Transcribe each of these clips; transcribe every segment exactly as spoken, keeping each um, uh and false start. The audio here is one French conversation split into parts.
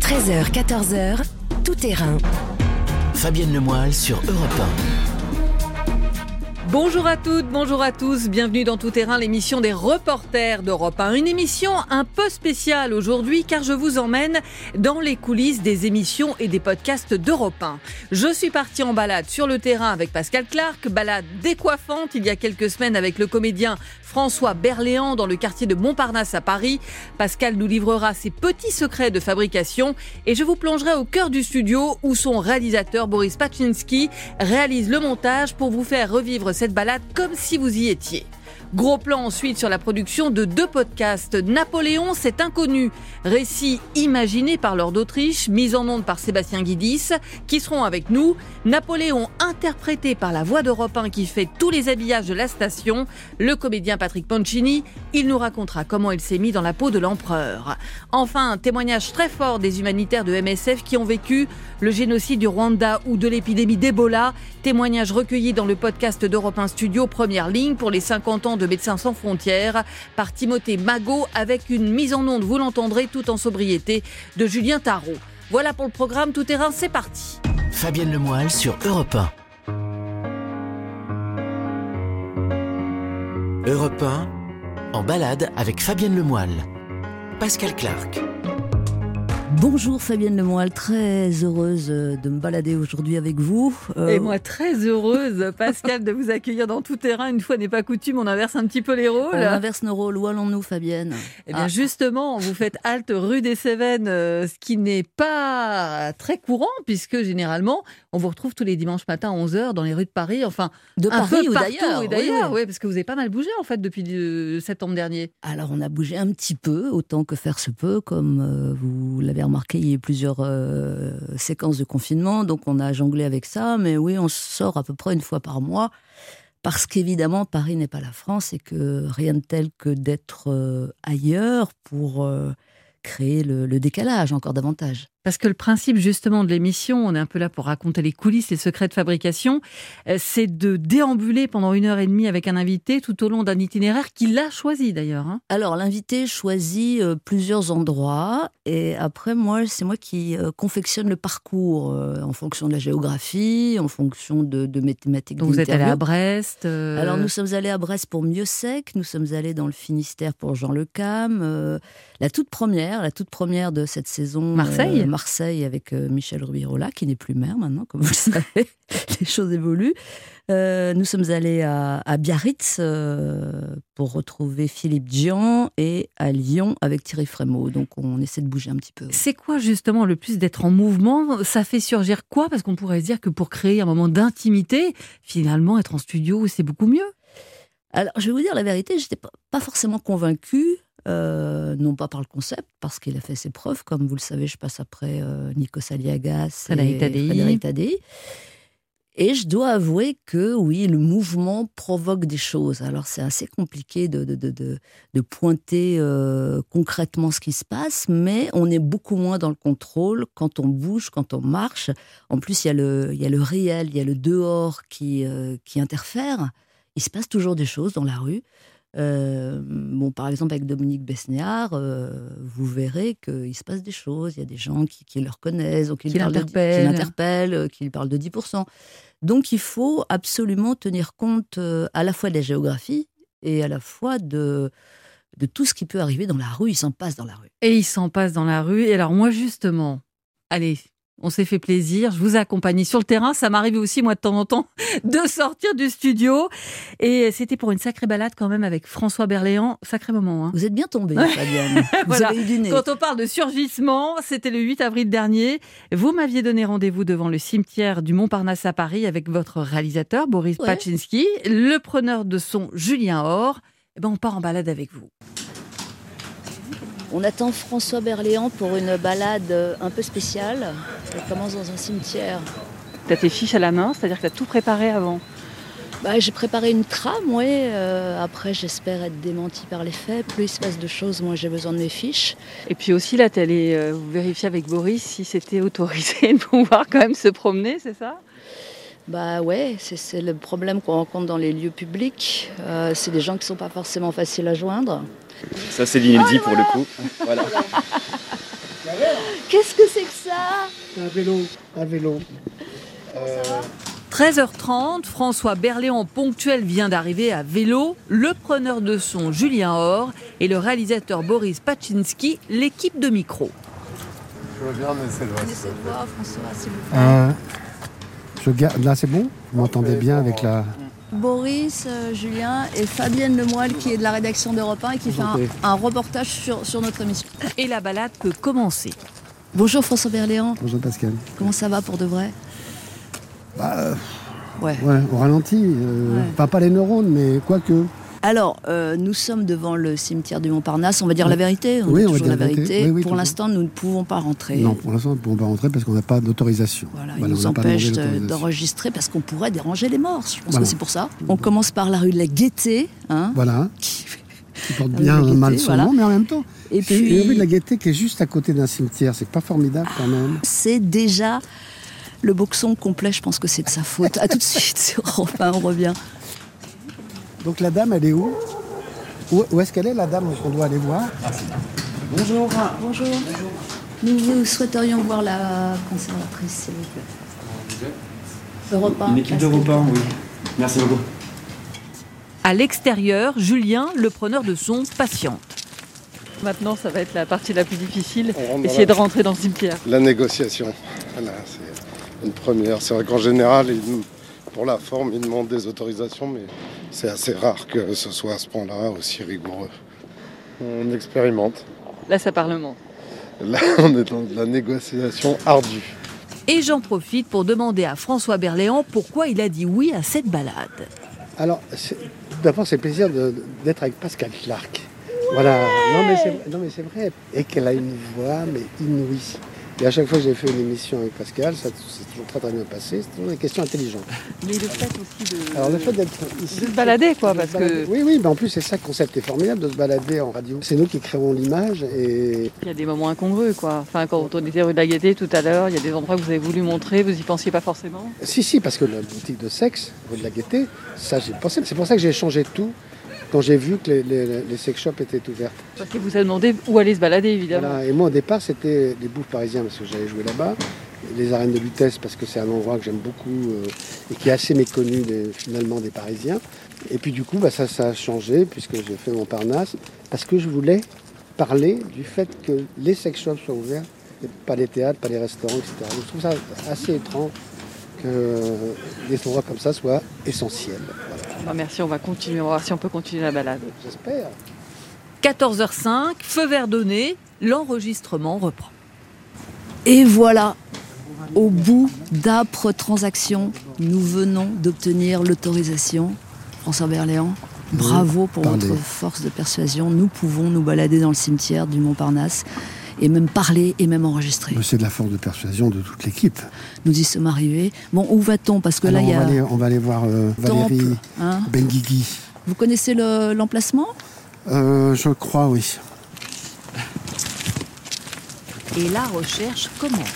treize heures, quatorze heures, tout terrain. Fabienne Lemoyle sur Europe un. Bonjour à toutes, bonjour à tous, bienvenue dans Tout Terrain, l'émission des reporters d'Europe un. Une émission un peu spéciale aujourd'hui car je vous emmène dans les coulisses des émissions et des podcasts d'Europe un. Je suis partie en balade sur le terrain avec Pascal Clark, balade décoiffante il y a quelques semaines avec le comédien François Berléand dans le quartier de Montparnasse à Paris. Pascal nous livrera ses petits secrets de fabrication et je vous plongerai au cœur du studio où son réalisateur Boris Paczynski réalise le montage pour vous faire revivre cette balade comme si vous y étiez. Gros plan ensuite sur la production de deux podcasts. Napoléon, c'est inconnu. Récit imaginé par Lord d'Autriche, mise en onde par Sébastien Guidis, qui seront avec nous. Napoléon, interprété par la voix d'Europe un qui fait tous les habillages de la station. Le comédien Patrick Pancini, il nous racontera comment il s'est mis dans la peau de l'empereur. Enfin, un témoignage très fort des humanitaires de M S F qui ont vécu le génocide du Rwanda ou de l'épidémie d'Ebola. Témoignage recueilli dans le podcast d'Europe un Studio, première ligne pour les cinquante ans de Médecins sans frontières, par Timothée Magot, avec une mise en onde, vous l'entendrez, tout en sobriété, de Julien Tarot. Voilà pour le programme Tout Terrain, c'est parti. Fabienne Lemoyle sur Europe un. Europe un, en balade avec Fabienne Lemoyle. Pascal Clark. Bonjour Fabienne Lemoyle, très heureuse de me balader aujourd'hui avec vous. Euh... Et moi très heureuse, Pascal, de vous accueillir dans Tout Terrain. Une fois n'est pas coutume, on inverse un petit peu les rôles. On inverse nos rôles, où allons-nous Fabienne ? Eh bien ah. justement, vous faites halte rue des Cévennes, euh, ce qui n'est pas très courant, puisque généralement, on vous retrouve tous les dimanches matins à onze heures dans les rues de Paris, enfin de un Paris peu ou partout, d'ailleurs. Et d'ailleurs, oui, oui, parce que vous avez pas mal bougé en fait depuis euh, septembre dernier. Alors on a bougé un petit peu, autant que faire se peut, comme euh, vous l'avez remarqué, il y a eu plusieurs euh, séquences de confinement, donc on a jonglé avec ça, mais oui, on sort à peu près une fois par mois, parce qu'évidemment, Paris n'est pas la France, et que rien de tel que d'être euh, ailleurs pour euh, créer le, le décalage encore davantage. Parce que le principe justement de l'émission, on est un peu là pour raconter les coulisses, les secrets de fabrication, c'est de déambuler pendant une heure et demie avec un invité tout au long d'un itinéraire qu'il a choisi d'ailleurs. Hein. Alors l'invité choisit euh, plusieurs endroits et après moi, c'est moi qui euh, confectionne le parcours euh, en fonction de la géographie, en fonction de, de mes thématiques Donc d'interview. Vous êtes allé à Brest euh... Alors nous sommes allés à Brest pour Mieusec, nous sommes allés dans le Finistère pour Jean Le Cam, euh, la toute première, la toute première de cette saison. Marseille euh, Marseille avec euh, Michel Rubirola, qui n'est plus maire maintenant, comme vous le savez, les choses évoluent. Euh, nous sommes allés à, à Biarritz euh, pour retrouver Philippe Dian et à Lyon avec Thierry Frémaux. Donc on essaie de bouger un petit peu. C'est quoi justement le plus d'être en mouvement ? Ça fait surgir quoi ? Parce qu'on pourrait se dire que pour créer un moment d'intimité, finalement être en studio, c'est beaucoup mieux. Alors je vais vous dire la vérité, je n'étais pas, pas forcément convaincue. Euh, non pas par le concept, parce qu'il a fait ses preuves. Comme vous le savez, je passe après euh, Nikos Aliagas Frédéric et Tadei. Frédéric Tadei. Et je dois avouer que, oui, le mouvement provoque des choses. Alors, c'est assez compliqué de, de, de, de, de pointer euh, concrètement ce qui se passe, mais on est beaucoup moins dans le contrôle quand on bouge, quand on marche. En plus, il y a le, il y a le réel, il y a le dehors qui, euh, qui interfère. Il se passe toujours des choses dans la rue. Euh, bon, par exemple, avec Dominique Besnéard, euh, vous verrez qu'il se passe des choses. Il y a des gens qui, qui le reconnaissent, ou qui, qui l'interpellent, qui, l'interpellent, qui lui parlent de dix pour cent. Donc, il faut absolument tenir compte euh, à la fois de la géographie et à la fois de, de tout ce qui peut arriver dans la rue. Il s'en passe dans la rue. Et il s'en passe dans la rue. Et alors, moi, justement, allez... On s'est fait plaisir, je vous ai accompagné sur le terrain. Ça m'arrive aussi, moi, de temps en temps, de sortir du studio. Et c'était pour une sacrée balade quand même avec François Berléand. Sacré moment. Hein. Vous êtes bien tombée, Fabienne. Vous voilà. avez eu du nez. Quand on parle de surgissement, c'était le huit avril dernier. Vous m'aviez donné rendez-vous devant le cimetière du Montparnasse à Paris avec votre réalisateur, Boris ouais. Paczynski, le preneur de son Julien Or. Eh ben, on part en balade avec vous. On attend François Berléand pour une balade un peu spéciale. Elle commence dans un cimetière. Tu as tes fiches à la main, c'est-à-dire que tu as tout préparé avant ? Bah, j'ai préparé une trame, oui. Euh, après, j'espère être démentie par les faits. Plus il se passe de choses, moi j'ai besoin de mes fiches. Et puis aussi, là, tu allais euh, vérifier avec Boris si c'était autorisé de pouvoir quand même se promener, c'est ça ? Bah ouais, c'est, c'est le problème qu'on rencontre dans les lieux publics. Euh, c'est des gens qui ne sont pas forcément faciles à joindre. Ça, c'est l'inédit oh, pour voilà. le coup. Voilà. Qu'est-ce que c'est ça? Un vélo, un vélo. Euh... treize heures trente, François Berléand ponctuel vient d'arriver à vélo, le preneur de son Julien Or et le réalisateur Boris Paczynski, l'équipe de micro. Je regarde, mais c'est vrai. Laissez voir, François, s'il vous plaît. Euh, je garde... Là, c'est bon? Vous m'entendez bien avec la... Boris, euh, Julien et Fabienne Lemoyle qui est de la rédaction d'Europe un et qui fait un, un reportage sur, sur notre émission. Et la balade peut commencer. Bonjour François Berléand. Bonjour Pascal. Comment ça va pour de vrai? Bah, euh, Ouais. ouais, au ralenti. Euh, Ouais. Pas, pas les neurones, mais quoique. Alors, euh, nous sommes devant le cimetière du Montparnasse. On va dire la vérité. On Oui, dit on va toujours la dire la vérité. vérité. Oui, oui, pour toujours. l'instant, nous ne pouvons pas rentrer. Non, pour l'instant, on ne peut pas rentrer parce qu'on n'a pas d'autorisation. Voilà, Voilà, ils nous on n'a pas demandé empêchent de- d'autorisation. d'enregistrer parce qu'on pourrait déranger les morts. Je pense Voilà. que c'est pour ça. On commence par la rue de la Gaîté. Hein, Voilà, qui- qui porte La rue bien de la Gaîté, mal son voilà. nom, mais en même temps, Et c'est puis- une rue de la Gaîté qui est juste à côté d'un cimetière. C'est pas formidable quand même. C'est déjà le boxon complet. Je pense que c'est de sa faute. À tout de suite sur Europe un, on revient. Donc la dame, elle est où? Où, où est-ce qu'elle est, la dame qu'on doit aller voir? Bonjour. Bonjour. Nous vous souhaiterions voir la conservatrice, s'il vous plaît. Europe un. Une équipe d'Europe un, oui. Merci beaucoup. À l'extérieur, Julien, le preneur de son, patiente. Maintenant, ça va être la partie la plus difficile, On rentre dans essayer la- de rentrer dans le cimetière. La négociation, voilà, c'est une première. C'est vrai qu'en général, ils- pour la forme, ils demandent des autorisations, mais c'est assez rare que ce soit à ce point-là aussi rigoureux. On expérimente. Là, ça parlement. Là, on est dans de la négociation ardue. Et j'en profite pour demander à François Berléand pourquoi il a dit oui à cette balade. Alors, c'est- d'abord, c'est le plaisir de- d'être avec Pascal Clark. Voilà. Non, mais c'est, non, mais c'est vrai. Et qu'elle a une voix, mais inouïe. Et à chaque fois que j'ai fait une émission avec Pascal, ça c'est toujours très très bien passé. C'est toujours des questions intelligentes. Mais le fait aussi de, Alors le fait d'être ici, de se balader, quoi, de parce se balader- que oui, oui, mais en plus c'est ça le concept est formidable de se balader en radio. C'est nous qui créons l'image et il y a des moments incongrus, quoi. Enfin, quand on était rue de la Gaîté tout à l'heure, il y a des endroits que vous avez voulu montrer, vous y pensiez pas forcément. si si parce que la boutique de sexe, rue de la Gaîté, ça j'ai pensé. C'est pour ça que j'ai changé tout quand j'ai vu que les, les, les sex shops étaient ouvertes. Parce que vous avez demandé où aller se balader, évidemment. Voilà. Et moi au départ c'était les bouffes parisiens parce que j'avais joué là-bas, les arènes de Lutèce parce que c'est un endroit que j'aime beaucoup euh, et qui est assez méconnu des- finalement des Parisiens. Et puis du coup bah, ça, ça a changé puisque j'ai fait Montparnasse parce que je voulais parler du fait que les sex shops soient ouverts, et pas les théâtres, pas les restaurants, et cetera. Je trouve ça assez étrange que euh, des endroits comme ça soient essentiels. Voilà. Bah, merci, on va continuer, on va voir si on peut continuer la balade. J'espère. quatorze heures cinq, feu vert donné, l'enregistrement reprend. Et voilà, au bout d'âpres transactions, nous venons d'obtenir l'autorisation. François Berléand, bravo pour parlez. votre force de persuasion. Nous pouvons nous balader dans le cimetière du Montparnasse et même parler et même enregistrer. Mais c'est de la force de persuasion de toute l'équipe. Nous y sommes arrivés. Bon, où va-t-on? Parce que Alors, là, il y on, va a aller, on va aller voir euh, Valérie Temple. Hein, Benguigui. vous connaissez le- l'emplacement? Euh, je crois, oui. Et la recherche commence.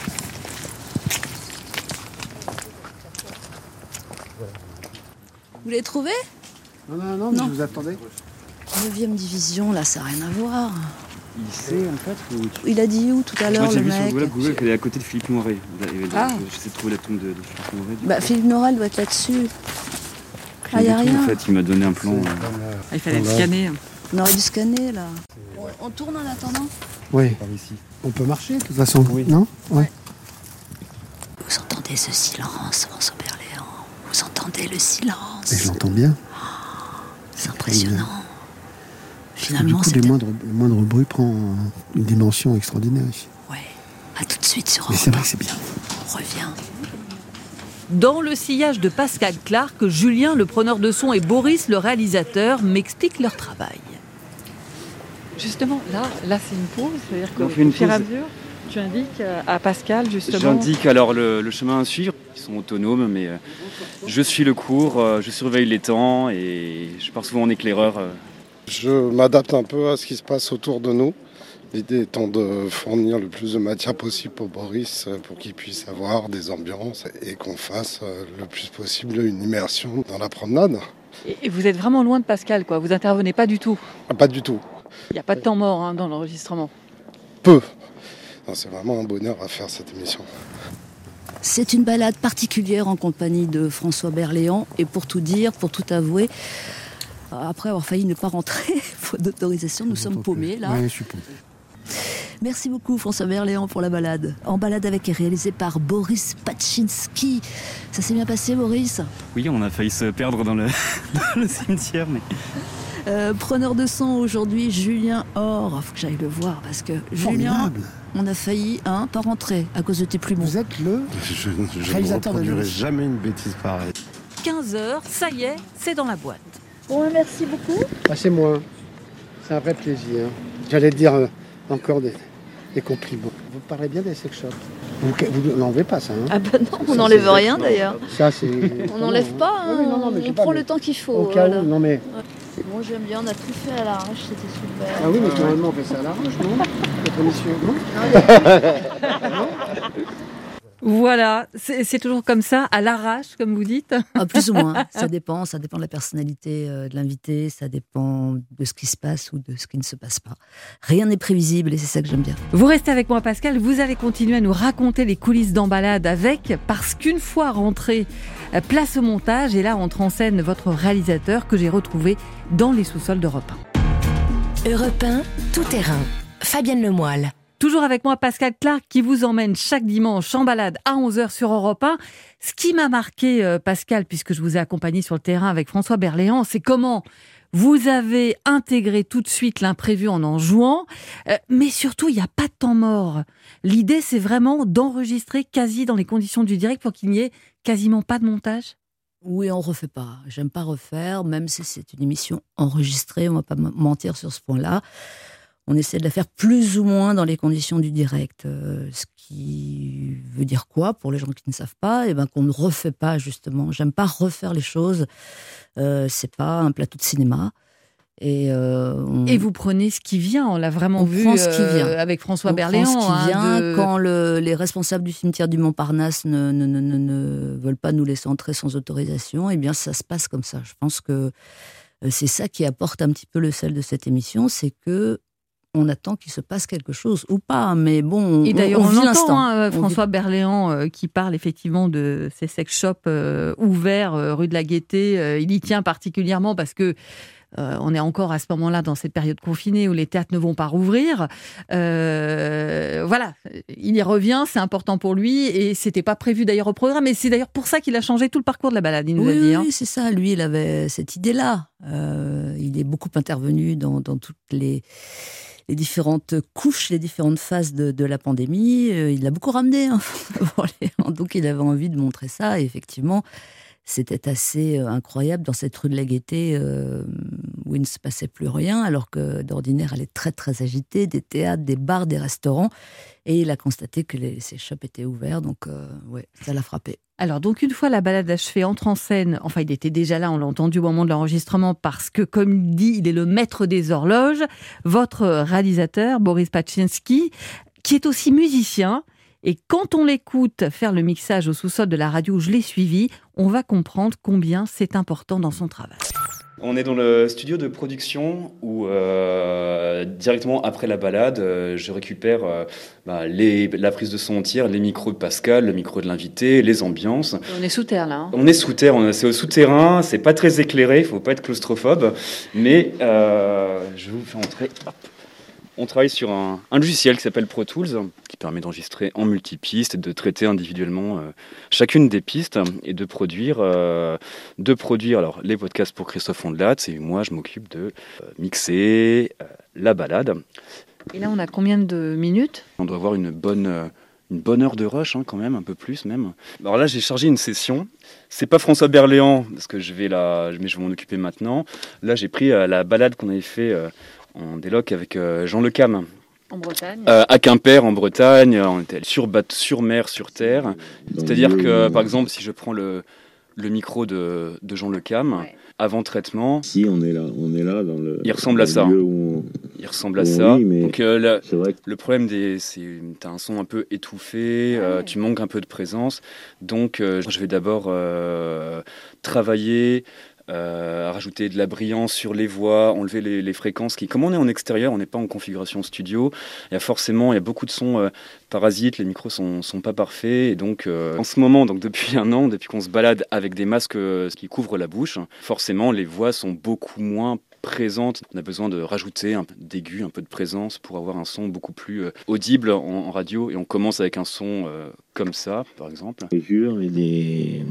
Vous l'avez trouvé? Non, non, non, Non. je vous attendais. neuvième division, là, ça n'a rien à voir. Il sait en fait ou... Il a dit où tout à l'heure, Moi j'ai le vu sur mec? Google, Google qu'elle est à côté de Philippe Noiret. Et donc, Ah. euh, J'essaie de trouver la tombe de, de Philippe Noiret. du Bah, coup. Philippe Norel doit être là-dessus. Rien Ah, y a du tout, rien. En fait, il m'a donné un plan. euh, Ah, il fallait le Voilà. scanner. On aurait dû scanner, là. On, on tourne en attendant? Oui. par ici. On peut marcher, de toute façon. Oui. Non ouais. Vous entendez ce silence, François Berléand? Vous entendez le Et je silence? l'entends bien. C'est impressionnant. Du Finalement, coup, c'est... les moindres, le moindre bruit prend une dimension extraordinaire ici. Ouais. À tout de suite sur Mais Europe c'est vrai un. que c'est bien. On revient. Dans le sillage de Pascal Clark, Julien, le preneur de son, et Boris, le réalisateur, m'expliquent leur travail. Justement, là, là c'est une pause, c'est-à-dire On fait une qu'au fur et à pause. mesure, tu indiques à Pascal, justement... J'indique alors le, le chemin à suivre. Ils sont autonomes, mais euh, je suis le cours, euh, je surveille les temps et je pars souvent en éclaireur. euh. Je m'adapte un peu à ce qui se passe autour de nous. L'idée étant de fournir le plus de matière possible pour Boris euh, pour qu'il puisse avoir des ambiances et qu'on fasse euh, le plus possible une immersion dans la promenade. Et, et vous êtes vraiment loin de Pascal, quoi. Vous intervenez pas du tout. Ah, pas du tout. Il n'y a pas de temps mort hein, dans l'enregistrement. Peu. Non, c'est vraiment un bonheur à faire cette émission. C'est une balade particulière en compagnie de François Berléand. Et pour tout dire, pour tout avouer, après avoir failli ne pas rentrer, faute d'autorisation, nous sommes paumés là. Oui, je suis paumé. Merci beaucoup François Berléand pour la balade. En balade avec est réalisé par Boris Paczynski. Ça s'est bien passé, Boris ? Oui, on a failli se perdre dans le, dans le cimetière, mais... Euh, preneur de son aujourd'hui, Julien Or. Faut que j'aille le voir parce que Julien, Formidable. on a failli hein, pas rentrer à cause de tes plumeaux. Vous êtes le Je, je ne réalisateur de reproduirai l'émission. jamais une bêtise pareille. quinze heures, ça y est, c'est dans la boîte. Bon, merci beaucoup. Ah, c'est moi. C'est un vrai plaisir. J'allais te dire euh, encore des, des compliments. Vous parlez bien des sex shops. Vous, vous n'enlevez pas ça, hein? Ah ben non, on Ça, n'enlève c'est- rien d'ailleurs. Ça, c'est... On n'enlève pas, hein, Oui, oui, non, non, mais je sais on pas, prend mais le temps qu'il faut. Au cas voilà. où, non mais... Bon, j'aime bien, on a tout fait à l'arrache, c'était super. Ah oui, mais normalement on fait ça à l'arrache, non? Notre émission, non? Voilà, c'est c'est toujours comme ça, à l'arrache, comme vous dites. Ah, plus ou moins, ça dépend, ça dépend de la personnalité euh, de l'invité, ça dépend de ce qui se passe ou de ce qui ne se passe pas. Rien n'est prévisible et c'est ça que j'aime bien. Vous restez avec moi, Pascal. Vous allez continuer à nous raconter les coulisses d'Embalade avec, parce qu'une fois rentré, euh, place au montage. Et là, entre en scène votre réalisateur que j'ai retrouvé dans les sous-sols d'Europe un. Europe un, tout terrain. Fabienne Lemoyle. Toujours avec moi, Pascal Clark, qui vous emmène chaque dimanche en balade à onze heures sur Europe un. Ce qui m'a marqué, euh, Pascal, puisque je vous ai accompagné sur le terrain avec François Berléand, c'est comment vous avez intégré tout de suite l'imprévu en en jouant, euh, mais surtout, il n'y a pas de temps mort. L'idée, c'est vraiment d'enregistrer quasi dans les conditions du direct pour qu'il n'y ait quasiment pas de montage. Oui, on refait pas. J'aime pas refaire, même si c'est une émission enregistrée, on va pas m- mentir sur ce point-là. On essaie de la faire plus ou moins dans les conditions du direct. Euh, ce qui veut dire quoi, pour les gens qui ne savent pas, eh ben, qu'on ne refait pas, justement. J'aime pas refaire les choses. Euh, c'est pas un plateau de cinéma. Et, euh, on, Et vous prenez ce qui vient, on l'a vraiment On vu prend ce qui euh, vient. avec François on Berléand. prend ce qui hein, vient de- quand le- les responsables du cimetière du Montparnasse ne, ne, ne, ne, ne veulent pas nous laisser entrer sans autorisation. Eh bien, ça se passe comme ça. Je pense que euh, c'est ça qui apporte un petit peu le sel de cette émission, c'est que on attend qu'il se passe quelque chose ou pas, mais bon, on, Et d'ailleurs, on, on, vit entend l'instant. hein, On François Berléand euh, qui parle effectivement de ces sex shops euh, ouverts euh, rue de la Gaîté. Euh, il y tient particulièrement parce que euh, on est encore à ce moment-là dans cette période confinée où les théâtres ne vont pas rouvrir. Euh, voilà, il y revient, c'est important pour lui et c'était pas prévu d'ailleurs au programme. Et c'est d'ailleurs pour ça qu'il a changé tout le parcours de la balade. Il nous oui, a dit. Hein. oui, c'est ça. Lui, il avait cette idée-là. Euh, il est beaucoup intervenu dans, dans toutes les, les différentes couches, les différentes phases de, de la pandémie. Euh, il l'a beaucoup ramené. Hein. Donc, il avait envie de montrer ça. Et effectivement, c'était assez euh, incroyable dans cette rue de la Gaîté euh, où il ne se passait plus rien, alors que d'ordinaire, elle est très, très agitée. Des théâtres, des bars, des restaurants. Et il a constaté que les, ces shops étaient ouverts. Donc, euh, ouais, ça l'a frappé. Alors, donc, une fois la balade achevée, entre en scène, enfin, il était déjà là, on l'a entendu au moment de l'enregistrement, parce que, comme il dit, il est le maître des horloges, votre réalisateur, Boris Paczynski, qui est aussi musicien. Et quand on l'écoute faire le mixage au sous-sol de la radio où je l'ai suivi, on va comprendre combien c'est important dans son travail. On est dans le studio de production où euh, directement après la balade, euh, je récupère euh, bah, les, la prise de son entière, les micros de Pascal, le micro de l'invité, les ambiances. On est sous terre là. Hein. On est sous terre, on est- c'est au souterrain, c'est pas très éclairé, il faut pas être claustrophobe, mais euh, je vous fais entrer. Hop. On travaille sur un, un logiciel qui s'appelle Pro Tools, qui permet d'enregistrer en multipiste et de traiter individuellement euh, chacune des pistes et de produire, euh, de produire alors, les podcasts pour Christophe Ondelat. Et moi, je m'occupe de euh, mixer euh, la balade. Et là, on a combien de minutes ? On doit avoir une bonne, euh, une bonne heure de rush, hein, quand même, un peu plus même. Alors là, j'ai chargé une session. C'est pas François Berléand, parce que je vais, la, mais je vais m'en occuper maintenant. Là, j'ai pris euh, la balade qu'on avait fait... Euh, en déloc avec euh, Jean Le Cam. En Bretagne. Euh, à Quimper, en Bretagne, on était sur, bateau, sur mer, sur terre. C'est-à-dire que, par exemple, si je prends le, le micro de, de Jean Le Cam, ouais. Avant traitement, si on est là, on est là dans le. Il ressemble à ça. On, il ressemble à ça. Vit, mais donc euh, la, c'est vrai que... le problème des, c'est, t'as un son un peu étouffé, ah ouais. euh, tu manques un peu de présence. Donc, euh, je vais d'abord euh, travailler. euh, rajouter de la brillance sur les voix, enlever les, les fréquences. Qui, comme on est en extérieur, on n'est pas en configuration studio, il y a forcément il y a beaucoup de sons euh, parasites, les micros sont, sont pas parfaits. Et donc, euh, en ce moment, donc depuis un an, depuis qu'on se balade avec des masques euh, qui couvrent la bouche, forcément, les voix sont beaucoup moins présente. On a besoin de rajouter un peu d'aigu, un peu de présence pour avoir un son beaucoup plus euh, audible en, en radio. Et on commence avec un son euh, comme ça, par exemple. Et des...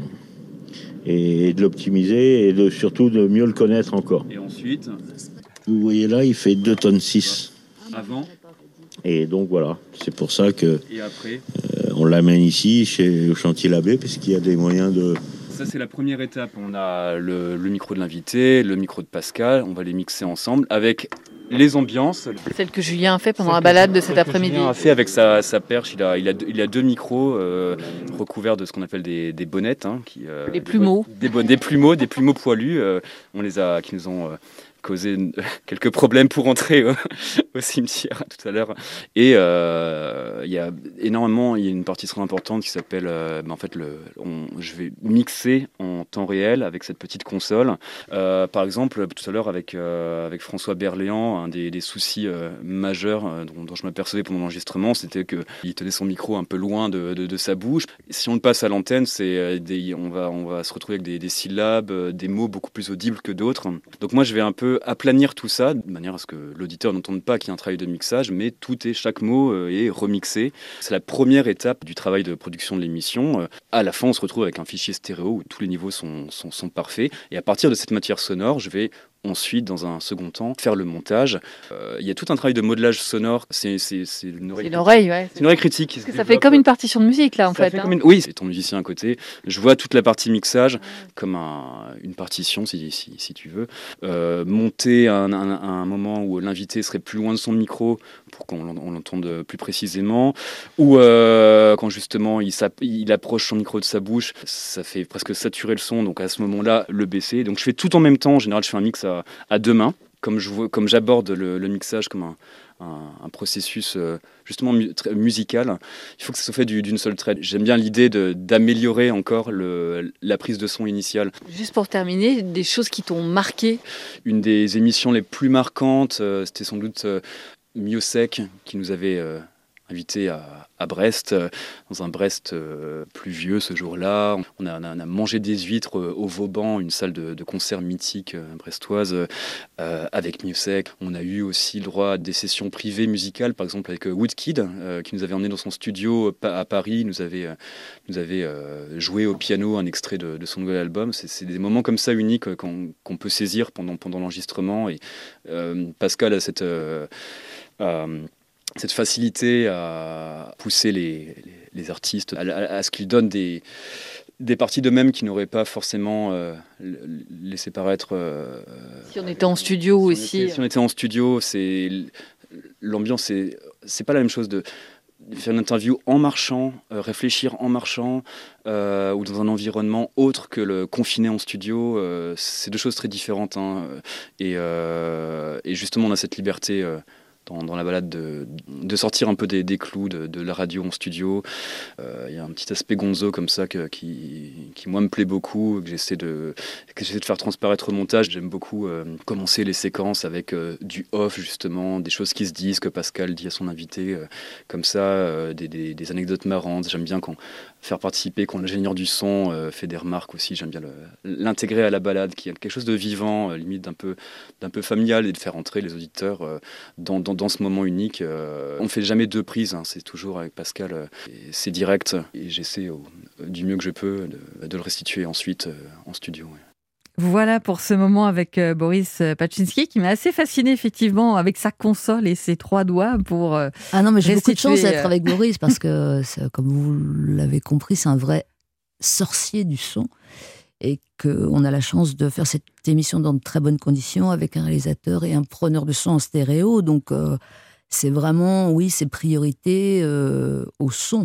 et de l'optimiser et de, surtout de mieux le connaître encore. Et ensuite, vous voyez là, il fait deux tonnes six. Avant. Et donc voilà, c'est pour ça que et après euh, on l'amène ici chez au chantier Labbé, puisqu'il y a des moyens de... Ça, c'est la première étape. On a le, le micro de l'invité, le micro de Pascal. On va les mixer ensemble avec les ambiances. Celle que Julien a fait pendant la balade de cet après-midi. Julien a fait avec sa, sa perche. Il a, il, a, il a deux micros euh, recouverts de ce qu'on appelle des, des bonnettes. Hein, qui, euh, les plumeaux. Des, des, des plumeaux, des plumeaux poilus. Euh, on les a, qui nous ont... Euh, causé quelques problèmes pour entrer au, au cimetière tout à l'heure. Et euh, il y a énormément, il y a une partie très importante qui s'appelle, euh, ben en fait, le, on, je vais mixer en temps réel avec cette petite console. Euh, par exemple, tout à l'heure avec euh, avec François Berléand, un des, des soucis euh, majeurs euh, dont, dont je m'apercevais pendant l'enregistrement, c'était que il tenait son micro un peu loin de, de, de sa bouche. Si on le passe à l'antenne, c'est des, on va on va se retrouver avec des, des syllabes, des mots beaucoup plus audibles que d'autres. Donc moi, je vais un peu aplanir tout ça de manière à ce que l'auditeur n'entende pas qu'il y a un travail de mixage, mais tout est, chaque mot est remixé. C'est la première étape du travail de production de l'émission. À la fin, on se retrouve avec un fichier stéréo où tous les niveaux sont, sont, sont parfaits. Et à partir de cette matière sonore, je vais ensuite, dans un second temps, faire le montage. Euh, il y a tout un travail de modelage sonore. C'est, c'est, c'est une oreille, c'est l'oreille, ouais. C'est une oreille critique. Parce que ça fait comme une partition de musique, là, en ça fait. fait hein. une... Oui, c'est ton musicien à côté. Je vois toute la partie mixage ouais. comme un, une partition, si, si, si tu veux. Euh, monter à un, un, un moment où l'invité serait plus loin de son micro pour qu'on l'entende plus précisément. Ou euh, quand, justement, il, il approche son micro de sa bouche, ça fait presque saturer le son. Donc, à ce moment-là, le baisser. Donc, je fais tout en même temps. En général, je fais un mix à, à deux mains. Comme, je, comme j'aborde le, le mixage comme un, un, un processus euh, justement mu, très, musical, il faut que ça soit fait du, d'une seule traite. J'aime bien l'idée de, d'améliorer encore le, la prise de son initiale. Juste pour terminer, des choses qui t'ont marqué. Une des émissions les plus marquantes, euh, c'était sans doute euh, Miosec qui nous avait... Euh, invité à, à Brest, euh, dans un Brest euh, pluvieux ce jour-là. On a, on a, on a mangé des huîtres euh, au Vauban, une salle de, de concert mythique euh, brestoise, euh, avec Miosec. On a eu aussi le droit à des sessions privées musicales, par exemple avec euh, Woodkid, euh, qui nous avait emmené dans son studio à Paris, nous avait, euh, nous avait euh, joué au piano un extrait de, de son nouvel album. C'est, c'est des moments comme ça uniques euh, qu'on, qu'on peut saisir pendant, pendant l'enregistrement. Et euh, Pascal a cette... Euh, euh, cette facilité à pousser les, les, les artistes à, à, à ce qu'ils donnent des, des parties d'eux-mêmes qui n'auraient pas forcément euh, laissé paraître... Euh, si on était en studio si aussi. On était, si on était en studio, c'est, l'ambiance, c'est, c'est pas la même chose de faire une interview en marchant, euh, réfléchir en marchant, euh, ou dans un environnement autre que le confiné en studio. Euh, c'est deux choses très différentes. Hein, et, euh, et justement, on a cette liberté... Euh, Dans, dans la balade, de, de sortir un peu des, des clous de, de la radio en studio. Il euh, y a un petit aspect gonzo comme ça que, qui, qui, moi, me plaît beaucoup, que j'essaie de, que j'essaie de faire transparaître au montage. J'aime beaucoup euh, commencer les séquences avec euh, du off, justement, des choses qui se disent, que Pascal dit à son invité, euh, comme ça, euh, des, des, des anecdotes marrantes. J'aime bien quand, faire participer, quand l'ingénieur du son euh, fait des remarques aussi. J'aime bien le, l'intégrer à la balade, qui a quelque chose de vivant, euh, limite d'un peu, d'un peu familial, et de faire entrer les auditeurs euh, dans, dans dans ce moment unique. Euh, on ne fait jamais deux prises, hein, c'est toujours avec Pascal, euh, et c'est direct, et j'essaie au, du mieux que je peux de, de le restituer ensuite euh, en studio. Ouais. Voilà pour ce moment avec euh, Boris Paczynski, qui m'a assez fasciné effectivement avec sa console et ses trois doigts pour euh, Ah non, mais j'ai beaucoup de chance euh... d'être avec Boris, parce que, comme vous l'avez compris, c'est un vrai sorcier du son. Et qu'on a la chance de faire cette émission dans de très bonnes conditions avec un réalisateur et un preneur de son en stéréo. Donc, euh, c'est vraiment, oui, c'est priorité euh, au son.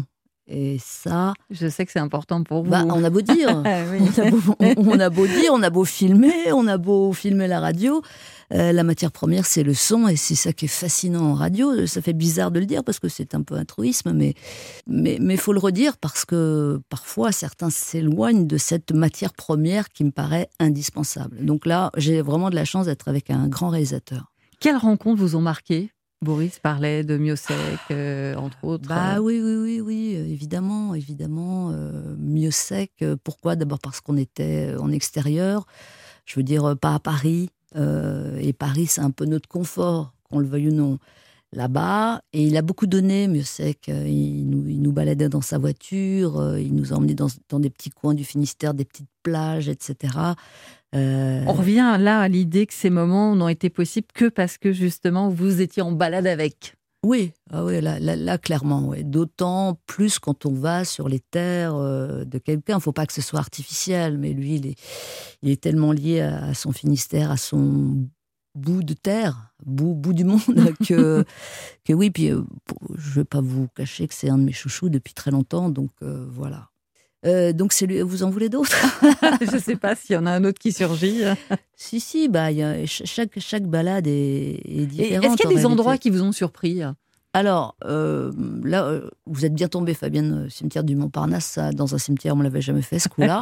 Et ça... Je sais que c'est important pour vous. Bah, on a beau dire, oui. on, a beau, on, on a beau dire, on a beau filmer, on a beau filmer la radio, euh, la matière première, c'est le son, et c'est ça qui est fascinant en radio. Ça fait bizarre de le dire, parce que c'est un peu un truisme, mais mais mais faut le redire, parce que parfois, certains s'éloignent de cette matière première qui me paraît indispensable. Donc là, j'ai vraiment de la chance d'être avec un grand réalisateur. Quelles rencontres vous ont marqué ? Boris parlait de Miossec, euh, entre autres. Bah oui, oui, oui, oui, évidemment, évidemment. Euh, Miossec, pourquoi ? D'abord parce qu'on était en extérieur, je veux dire, pas à Paris. Euh, et Paris, c'est un peu notre confort, qu'on le veuille ou non. Là-bas, et il a beaucoup donné, Miossec. Il nous, il nous baladait dans sa voiture, il nous a emmenés dans, dans des petits coins du Finistère, des petites plages, et cetera. Euh... On revient là à l'idée que ces moments n'ont été possibles que parce que justement vous étiez en balade avec. Oui, ah oui, là, là, là clairement, ouais. D'autant plus quand on va sur les terres euh, de quelqu'un. Il ne faut pas que ce soit artificiel, mais lui, il est, il est tellement lié à, à son Finistère, à son bout de terre, bout, bout du monde, que, que oui. Puis euh, je ne vais pas vous cacher que c'est un de mes chouchous depuis très longtemps, donc euh, voilà. Euh, donc, c'est lui, vous en voulez d'autres ? Je ne sais pas s'il y en a un autre qui surgit. Si, si, bah, y a, chaque, chaque balade est, est différente. Et est-ce qu'il y a des endroits qui vous ont surpris ? Alors, euh, là, euh, vous êtes bien tombée, Fabienne, cimetière du Montparnasse. Ça, dans un cimetière, on ne l'avait jamais fait, ce coup-là.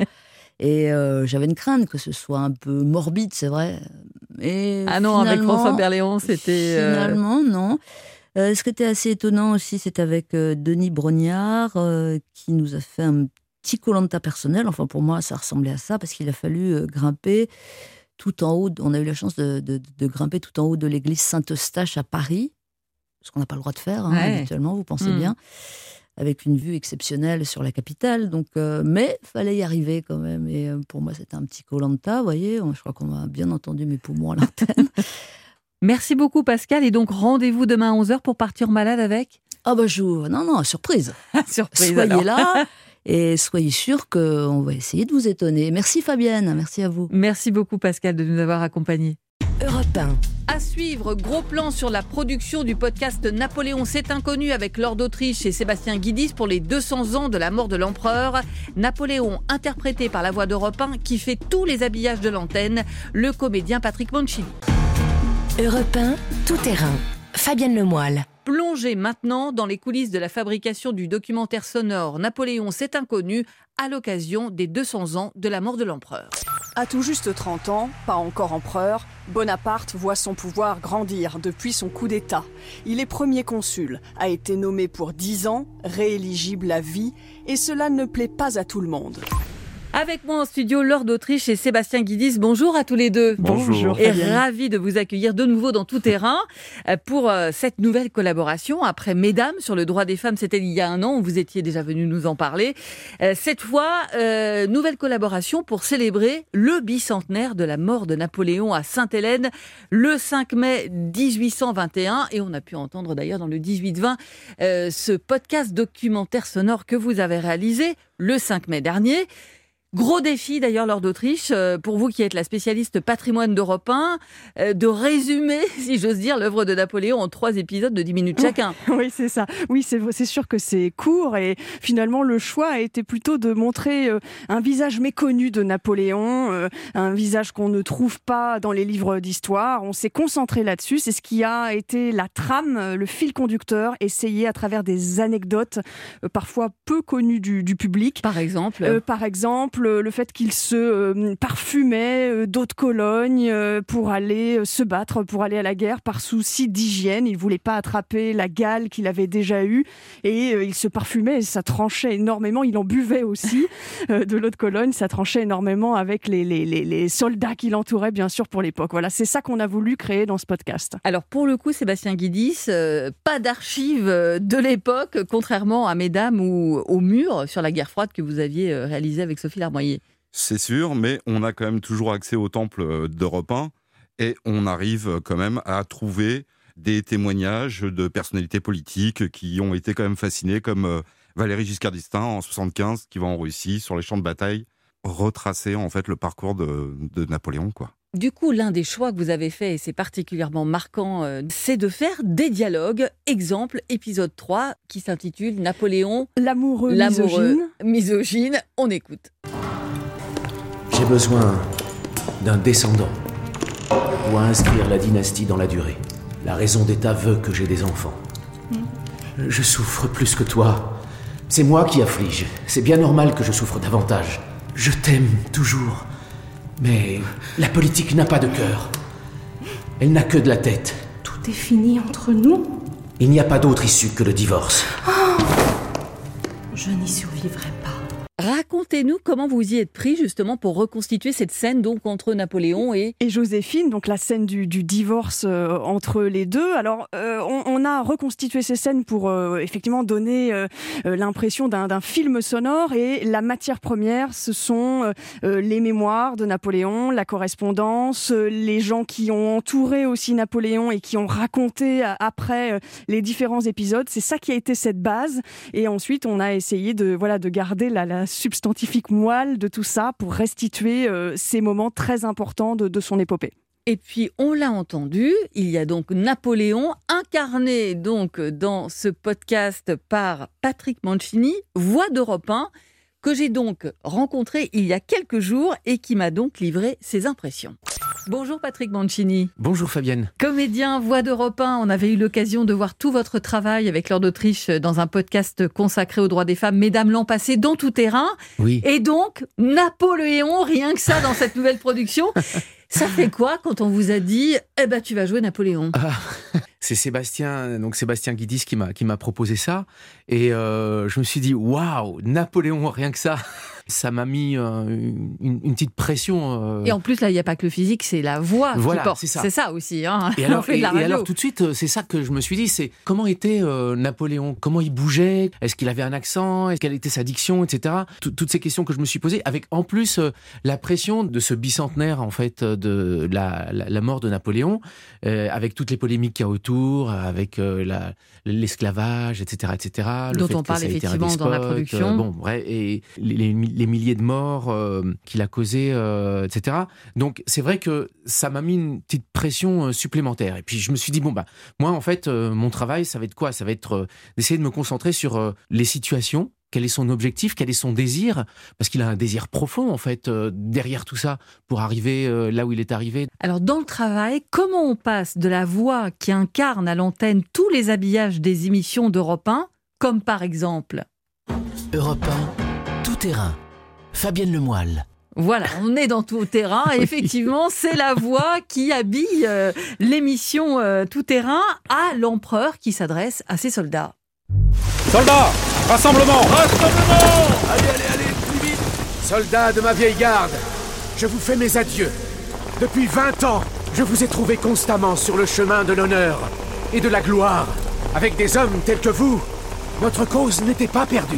Et euh, j'avais une crainte que ce soit un peu morbide, c'est vrai. Et ah non, avec François Berléand, c'était... Finalement, euh... non. Euh, ce qui était assez étonnant aussi, c'est avec euh, Denis Brognard, euh, qui nous a fait un petit Koh-Lanta personnel. Enfin, pour moi, ça ressemblait à ça, parce qu'il a fallu euh, grimper tout en haut. On a eu la chance de, de, de grimper tout en haut de l'église Saint-Eustache à Paris, ce qu'on n'a pas le droit de faire, hein, ouais. habituellement, vous pensez mmh. bien, avec une vue exceptionnelle sur la capitale. Donc, euh, mais il fallait y arriver quand même. Et euh, pour moi, c'était un petit Koh-Lanta, vous voyez. Je crois qu'on a bien entendu mes poumons à l'antenne. Merci beaucoup, Pascal. Et donc, rendez-vous demain à onze heures pour partir en balade avec ? Ah bah, je... Non, non, surprise. surprise, Soyez alors. là. Et soyez sûrs qu'on va essayer de vous étonner. Merci Fabienne, merci à vous. Merci beaucoup Pascal de nous avoir accompagnés. Europe un. À suivre, gros plan sur la production du podcast Napoléon c'est inconnu avec Laure d'Autriche et Sébastien Guidis pour les deux cents ans de la mort de l'empereur. Napoléon, interprété par la voix d'Europe un, qui fait tous les habillages de l'antenne, le comédien Patrick Mancini. Europe un, tout terrain. Fabienne Lemoyle. Plongez maintenant dans les coulisses de la fabrication du documentaire sonore Napoléon c'est inconnu à l'occasion des deux cents ans de la mort de l'empereur. À tout juste trente ans, pas encore empereur, Bonaparte voit son pouvoir grandir depuis son coup d'État. Il est premier consul, a été nommé pour dix ans, rééligible à vie, et cela ne plaît pas à tout le monde. Avec moi en studio, Laure d'Autriche et Sébastien Guidis. Bonjour à tous les deux. Bonjour. Et ravi de vous accueillir de nouveau dans Tout Terrain pour cette nouvelle collaboration. Après Mesdames sur le droit des femmes, c'était il y a un an, vous étiez déjà venus nous en parler. Cette fois, euh, nouvelle collaboration pour célébrer le bicentenaire de la mort de Napoléon à Sainte-Hélène, le cinq mai dix-huit cent vingt et un. Et on a pu entendre d'ailleurs dans le dix-huit vingt euh, ce podcast documentaire sonore que vous avez réalisé le cinq mai dernier. Gros défi d'ailleurs, Laure d'Autriche, pour vous qui êtes la spécialiste patrimoine d'Europe un, de résumer, si j'ose dire, l'œuvre de Napoléon en trois épisodes de dix minutes chacun. Oui, c'est ça. Oui, c'est, c'est sûr que c'est court et finalement le choix a été plutôt de montrer un visage méconnu de Napoléon, un visage qu'on ne trouve pas dans les livres d'histoire. On s'est concentré là-dessus. C'est ce qui a été la trame, le fil conducteur, essayé à travers des anecdotes parfois peu connues du, du public. Par exemple euh, Par exemple, le fait qu'il se euh, parfumait euh, d'eau de Cologne euh, pour aller euh, se battre, pour aller à la guerre par souci d'hygiène. Il ne voulait pas attraper la gale qu'il avait déjà eue et euh, il se parfumait et ça tranchait énormément. Il en buvait aussi euh, de l'eau de Cologne. Ça tranchait énormément avec les, les, les, les soldats qui l'entouraient, bien sûr, pour l'époque. Voilà, c'est ça qu'on a voulu créer dans ce podcast. Alors, pour le coup, Sébastien Guidis, euh, pas d'archives de l'époque, contrairement à Mesdames ou au mur sur la guerre froide que vous aviez réalisé avec Sophie Larmoyer. C'est sûr, mais on a quand même toujours accès au temple d'Europe un et on arrive quand même à trouver des témoignages de personnalités politiques qui ont été quand même fascinées, comme Valéry Giscard d'Estaing en soixante-quinze, qui va en Russie sur les champs de bataille retracer en fait le parcours de, de Napoléon, quoi. Du coup, l'un des choix que vous avez fait, et c'est particulièrement marquant, euh, c'est de faire des dialogues. Exemple, épisode trois, qui s'intitule Napoléon, l'amoureux, l'amoureux misogyne. misogyne. On écoute. J'ai besoin d'un descendant pour inscrire la dynastie dans la durée. La raison d'État veut que j'ai des enfants. Mm. Je souffre plus que toi. C'est moi qui afflige. C'est bien normal que je souffre davantage. Je t'aime toujours. Mais la politique n'a pas de cœur. Elle n'a que de la tête. Tout est fini entre nous. Il n'y a pas d'autre issue que le divorce. Oh, je n'y survivrai pas. Racontez-nous comment vous y êtes pris justement pour reconstituer cette scène donc entre Napoléon et... Et Joséphine, donc la scène du, du divorce euh, entre les deux. Alors, euh, on, on a reconstitué ces scènes pour euh, effectivement donner euh, l'impression d'un, d'un film sonore, et la matière première, ce sont euh, les mémoires de Napoléon, la correspondance, euh, les gens qui ont entouré aussi Napoléon et qui ont raconté euh, après euh, les différents épisodes. C'est ça qui a été cette base. Et ensuite, on a essayé de, voilà, de garder la, la substantifique moelle de tout ça pour restituer euh, ces moments très importants de, de son épopée. Et puis, on l'a entendu, il y a donc Napoléon, incarné donc dans ce podcast par Patrick Mancini, voix d'Europe un, que j'ai donc rencontré il y a quelques jours et qui m'a donc livré ses impressions. Bonjour Patrick Mancini. Bonjour Fabienne. Comédien, voix d'Europe un, on avait eu l'occasion de voir tout votre travail avec Laure d'Autriche dans un podcast consacré aux droits des femmes, Mesdames l'an passé, dans Tout terrain. Oui. Et donc, Napoléon, rien que ça dans cette nouvelle production. Ça fait quoi quand on vous a dit « Eh ben, tu vas jouer Napoléon » ? Ah, c'est Sébastien, donc Sébastien Guidis qui m'a, qui m'a proposé ça. Et euh, je me suis dit « Waouh, Napoléon, rien que ça !» Ça m'a mis euh, une, une petite pression. Euh... Et en plus, là, il n'y a pas que le physique, c'est la voix voilà, qui porte. C'est ça, c'est ça aussi. Hein. Et, alors, on fait de la et, radio. et alors, tout de suite, c'est ça que je me suis dit, c'est comment était euh, Napoléon ? Comment il bougeait ? Est-ce qu'il avait un accent ? Est-ce quelle était sa diction, et cetera. Tout, toutes ces questions que je me suis posées, avec en plus euh, la pression de ce bicentenaire, en fait, de la, la, la mort de Napoléon, euh, avec toutes les polémiques qu'il y a autour, avec euh, la, l'esclavage, et cetera, et cetera. Dont on parle effectivement dans la production. Euh, bon, bref, et les, les, les milliers de morts Euh, qu'il a causé, euh, et cetera. Donc c'est vrai que ça m'a mis une petite pression euh, supplémentaire. Et puis je me suis dit bon bah moi en fait euh, mon travail ça va être quoi ? Ça va être euh, d'essayer de me concentrer sur euh, les situations. Quel est son objectif ? Quel est son désir ? Parce qu'il a un désir profond, en fait, euh, derrière tout ça, pour arriver euh, là où il est arrivé. Alors, dans le travail, comment on passe de la voix qui incarne à l'antenne tous les habillages des émissions d'Europe un, comme par exemple... Europe un, Tout terrain. Fabienne Lemoyle. Voilà, on est dans Tout terrain. Et effectivement, c'est la voix qui habille euh, l'émission euh, Tout terrain à l'empereur qui s'adresse à ses soldats. Soldats, rassemblement Rassemblement Allez, allez, allez, plus vite. Soldats de ma vieille garde, je vous fais mes adieux. Depuis vingt ans, je vous ai trouvé constamment sur le chemin de l'honneur et de la gloire. Avec des hommes tels que vous, notre cause n'était pas perdue.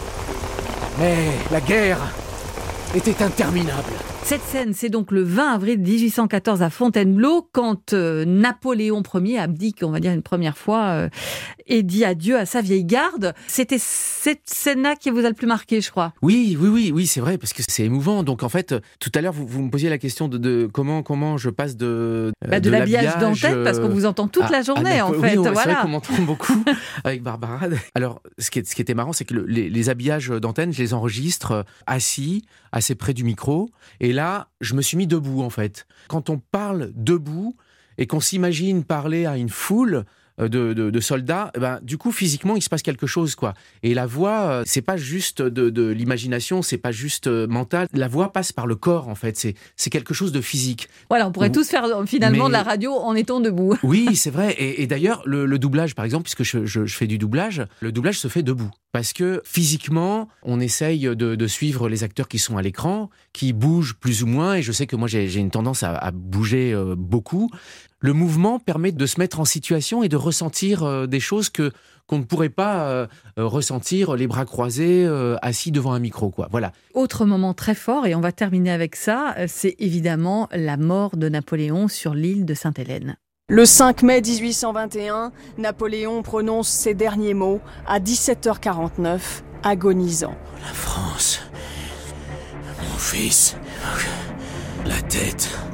Mais la guerre était interminable. Cette scène, c'est donc le vingt avril dix-huit cent quatorze à Fontainebleau, quand euh, Napoléon Ier abdique, on va dire une première fois, euh, et dit adieu à sa vieille garde. C'était cette scène-là qui vous a le plus marqué, je crois. Oui, oui, oui, oui, c'est vrai, parce que c'est émouvant. Donc en fait, tout à l'heure, vous, vous me posiez la question de, de comment, comment je passe de euh, bah, de, de l'habillage d'antenne, parce qu'on vous entend toute à, la journée, à, en oui, fait. Oui, voilà. C'est vrai qu'on m'entend beaucoup avec Barbara. Alors, ce qui, est, ce qui était marrant, c'est que le, les, les habillages d'antenne, je les enregistre assis, assez près du micro, et là, je me suis mis debout, en fait. Quand on parle debout et qu'on s'imagine parler à une foule de, de, de soldats, ben, du coup, physiquement, il se passe quelque chose, quoi. Et la voix, c'est pas juste de, de l'imagination, c'est pas juste mental. La voix passe par le corps, en fait. C'est, c'est quelque chose de physique. Voilà, on pourrait Ou... tous faire finalement Mais... de la radio en étant debout. Oui, c'est vrai. Et, et d'ailleurs, le, le doublage, par exemple, puisque je, je, je fais du doublage, le doublage se fait debout. Parce que physiquement, on essaye de, de suivre les acteurs qui sont à l'écran, qui bougent plus ou moins, et je sais que moi j'ai, j'ai une tendance à, à bouger euh, beaucoup. Le mouvement permet de se mettre en situation et de ressentir euh, des choses que qu'on ne pourrait pas euh, ressentir les bras croisés, euh, assis devant un micro, quoi. Voilà. Autre moment très fort, et on va terminer avec ça, c'est évidemment la mort de Napoléon sur l'île de Sainte-Hélène. Le cinq mai dix-huit cent vingt et un, Napoléon prononce ses derniers mots à dix-sept heures quarante-neuf, agonisant. La France, mon fils, la tête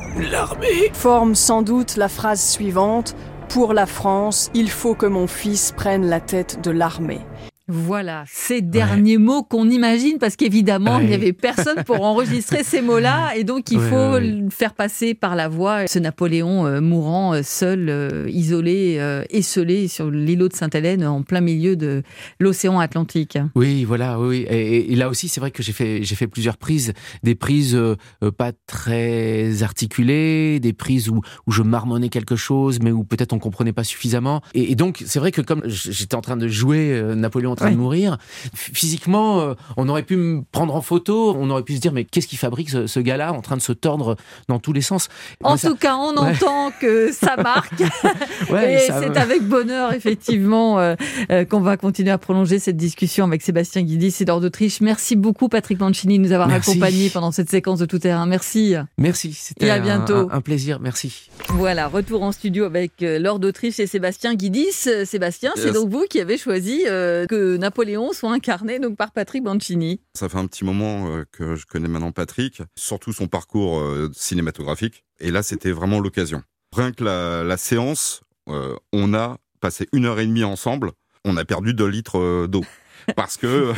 L'armée forme sans doute la phrase suivante. Pour la France, il faut que mon fils prenne la tête de l'armée. Voilà, ces derniers ouais. mots qu'on imagine, parce qu'évidemment, ouais. il n'y avait personne pour enregistrer ces mots-là, et donc il ouais, faut ouais. faire passer par la voix ce Napoléon euh, mourant, euh, seul, euh, isolé, euh, esselé sur l'îlot de Sainte-Hélène, en plein milieu de l'océan Atlantique. Oui, voilà, oui. Et, et là aussi, c'est vrai que j'ai fait, j'ai fait plusieurs prises, des prises euh, pas très articulées, des prises où, où je marmonnais quelque chose, mais où peut-être on comprenait pas suffisamment. Et, et donc, c'est vrai que comme j'étais en train de jouer euh, Napoléon en train ouais. de mourir. Physiquement, euh, on aurait pu me prendre en photo, on aurait pu se dire mais qu'est-ce qui fabrique ce, ce gars-là en train de se tordre dans tous les sens. En Moi, tout ça... cas, on ouais. entend que ça marque. ouais, et ça... c'est avec bonheur, effectivement, euh, euh, qu'on va continuer à prolonger cette discussion avec Sébastien Guidis et Laure d'Autriche. Merci beaucoup, Patrick Mancini, de nous avoir Merci. accompagnés pendant cette séquence de Tout Terrain. Merci. Merci, c'était et à bientôt. Un, un plaisir. Merci. Voilà, retour en studio avec Laure d'Autriche et Sébastien Guidis. Sébastien, yes. c'est donc vous qui avez choisi euh, que Napoléon soit incarné donc par Patrick Mancini. Ça fait un petit moment euh, que je connais maintenant Patrick, surtout son parcours euh, cinématographique. Et là, c'était vraiment l'occasion. Rien que la, la séance, euh, on a passé une heure et demie ensemble. On a perdu deux litres euh, d'eau. Parce que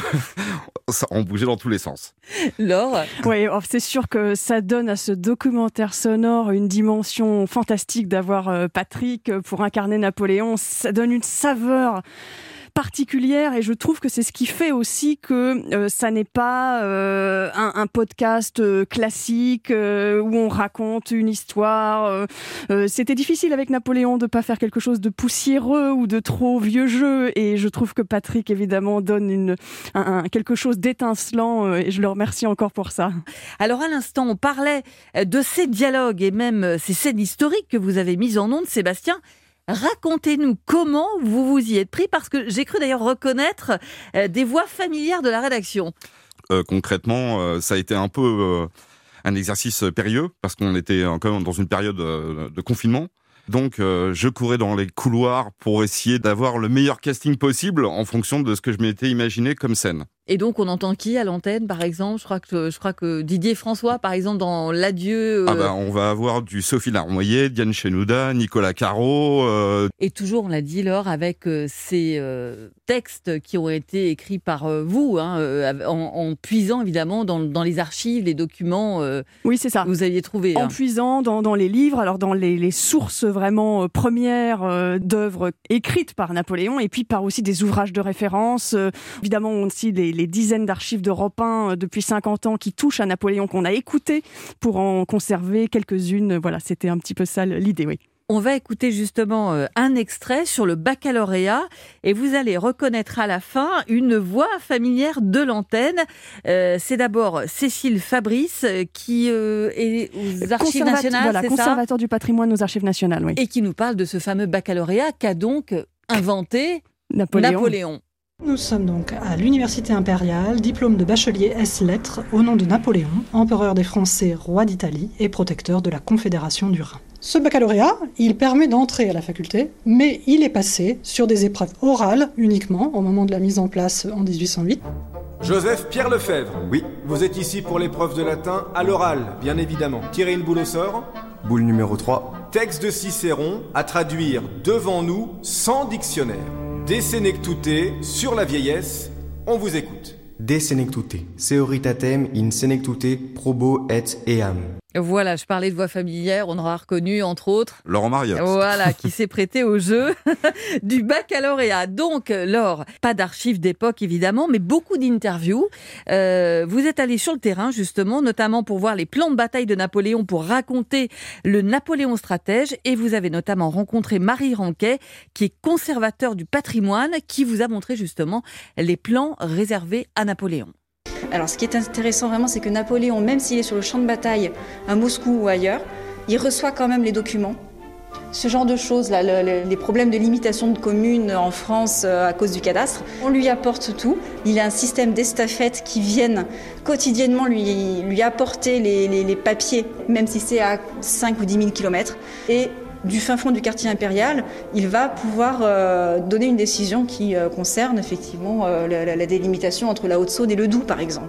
ça, on bougeait dans tous les sens. Laure ? Oui, c'est sûr que ça donne à ce documentaire sonore une dimension fantastique d'avoir Patrick pour incarner Napoléon. Ça donne une saveur particulière et je trouve que c'est ce qui fait aussi que euh, ça n'est pas euh, un, un podcast euh, classique euh, où on raconte une histoire. Euh, euh, c'était difficile avec Napoléon de pas faire quelque chose de poussiéreux ou de trop vieux jeu et je trouve que Patrick évidemment donne une, un, un, quelque chose d'étincelant euh, et je le remercie encore pour ça. Alors à l'instant on parlait de ces dialogues et même ces scènes historiques que vous avez mises en ondes, Sébastien. Racontez-nous comment vous vous y êtes pris, parce que j'ai cru d'ailleurs reconnaître euh, des voix familières de la rédaction. Euh, concrètement, euh, ça a été un peu euh, un exercice périlleux, parce qu'on était quand même dans une période euh, de confinement. Donc euh, je courais dans les couloirs pour essayer d'avoir le meilleur casting possible en fonction de ce que je m'étais imaginé comme scène. Et donc on entend qui à l'antenne par exemple ? Je crois que je crois que Didier François par exemple dans l'adieu. Euh... Ah bah on va avoir du Sophie Larmoyer, Diane Chenouda, Nicolas Caro. Euh... Et toujours on l'a dit Laure avec euh, ces euh, textes qui ont été écrits par euh, vous, hein, euh, en, en puisant évidemment dans, dans les archives, les documents. Euh, oui c'est ça. Que vous aviez trouvé. En hein. puisant dans, dans les livres, alors dans les, les sources vraiment euh, premières euh, d'œuvres écrites par Napoléon et puis par aussi des ouvrages de référence. Euh, évidemment aussi les les dizaines d'archives d'Europe un depuis cinquante ans qui touchent à Napoléon, qu'on a écouté pour en conserver quelques-unes. Voilà, c'était un petit peu ça l'idée, oui. On va écouter justement euh, un extrait sur le baccalauréat et vous allez reconnaître à la fin une voix familière de l'antenne. Euh, c'est d'abord Cécile Fabrice qui euh, est aux Archives Conservat- nationales, voilà, c'est conservateur ça du patrimoine aux Archives nationales, oui. Et qui nous parle de ce fameux baccalauréat qu'a donc inventé Napoléon. Napoléon. Nous sommes donc à l'Université impériale, diplôme de bachelier ès-lettres au nom de Napoléon, empereur des Français, roi d'Italie et protecteur de la Confédération du Rhin. Ce baccalauréat, il permet d'entrer à la faculté, mais il est passé sur des épreuves orales uniquement au moment de la mise en place en dix-huit cent huit. Joseph Pierre Lefebvre. Oui. Vous êtes ici pour l'épreuve de latin à l'oral, bien évidemment. Tirez une boule au sort. Boule numéro trois. Texte de Cicéron à traduire devant nous sans dictionnaire. De Sénectute sur la vieillesse, on vous écoute. De Sénectute, Seoritatem in Sénectute probo et eam. Voilà, je parlais de voix familière, on aura reconnu entre autres Laurent Mariotte. Voilà, qui s'est prêté au jeu du baccalauréat. Donc, Laure, pas d'archives d'époque évidemment, mais beaucoup d'interviews. Euh, vous êtes allé sur le terrain justement, notamment pour voir les plans de bataille de Napoléon, pour raconter le Napoléon stratège. Et vous avez notamment rencontré Marie Ranquet, qui est conservateur du patrimoine, qui vous a montré justement les plans réservés à Napoléon. Alors ce qui est intéressant vraiment, c'est que Napoléon, même s'il est sur le champ de bataille à Moscou ou ailleurs, il reçoit quand même les documents. Ce genre de choses, là, le, le, les problèmes de limitation de communes en France euh, à cause du cadastre, on lui apporte tout. Il a un système d'estafettes qui viennent quotidiennement lui, lui apporter les, les, les papiers, même si c'est à cinq ou dix mille kilomètres. Et du fin fond du quartier impérial, il va pouvoir euh, donner une décision qui euh, concerne effectivement euh, la, la délimitation entre la Haute-Saône et le Doubs, par exemple.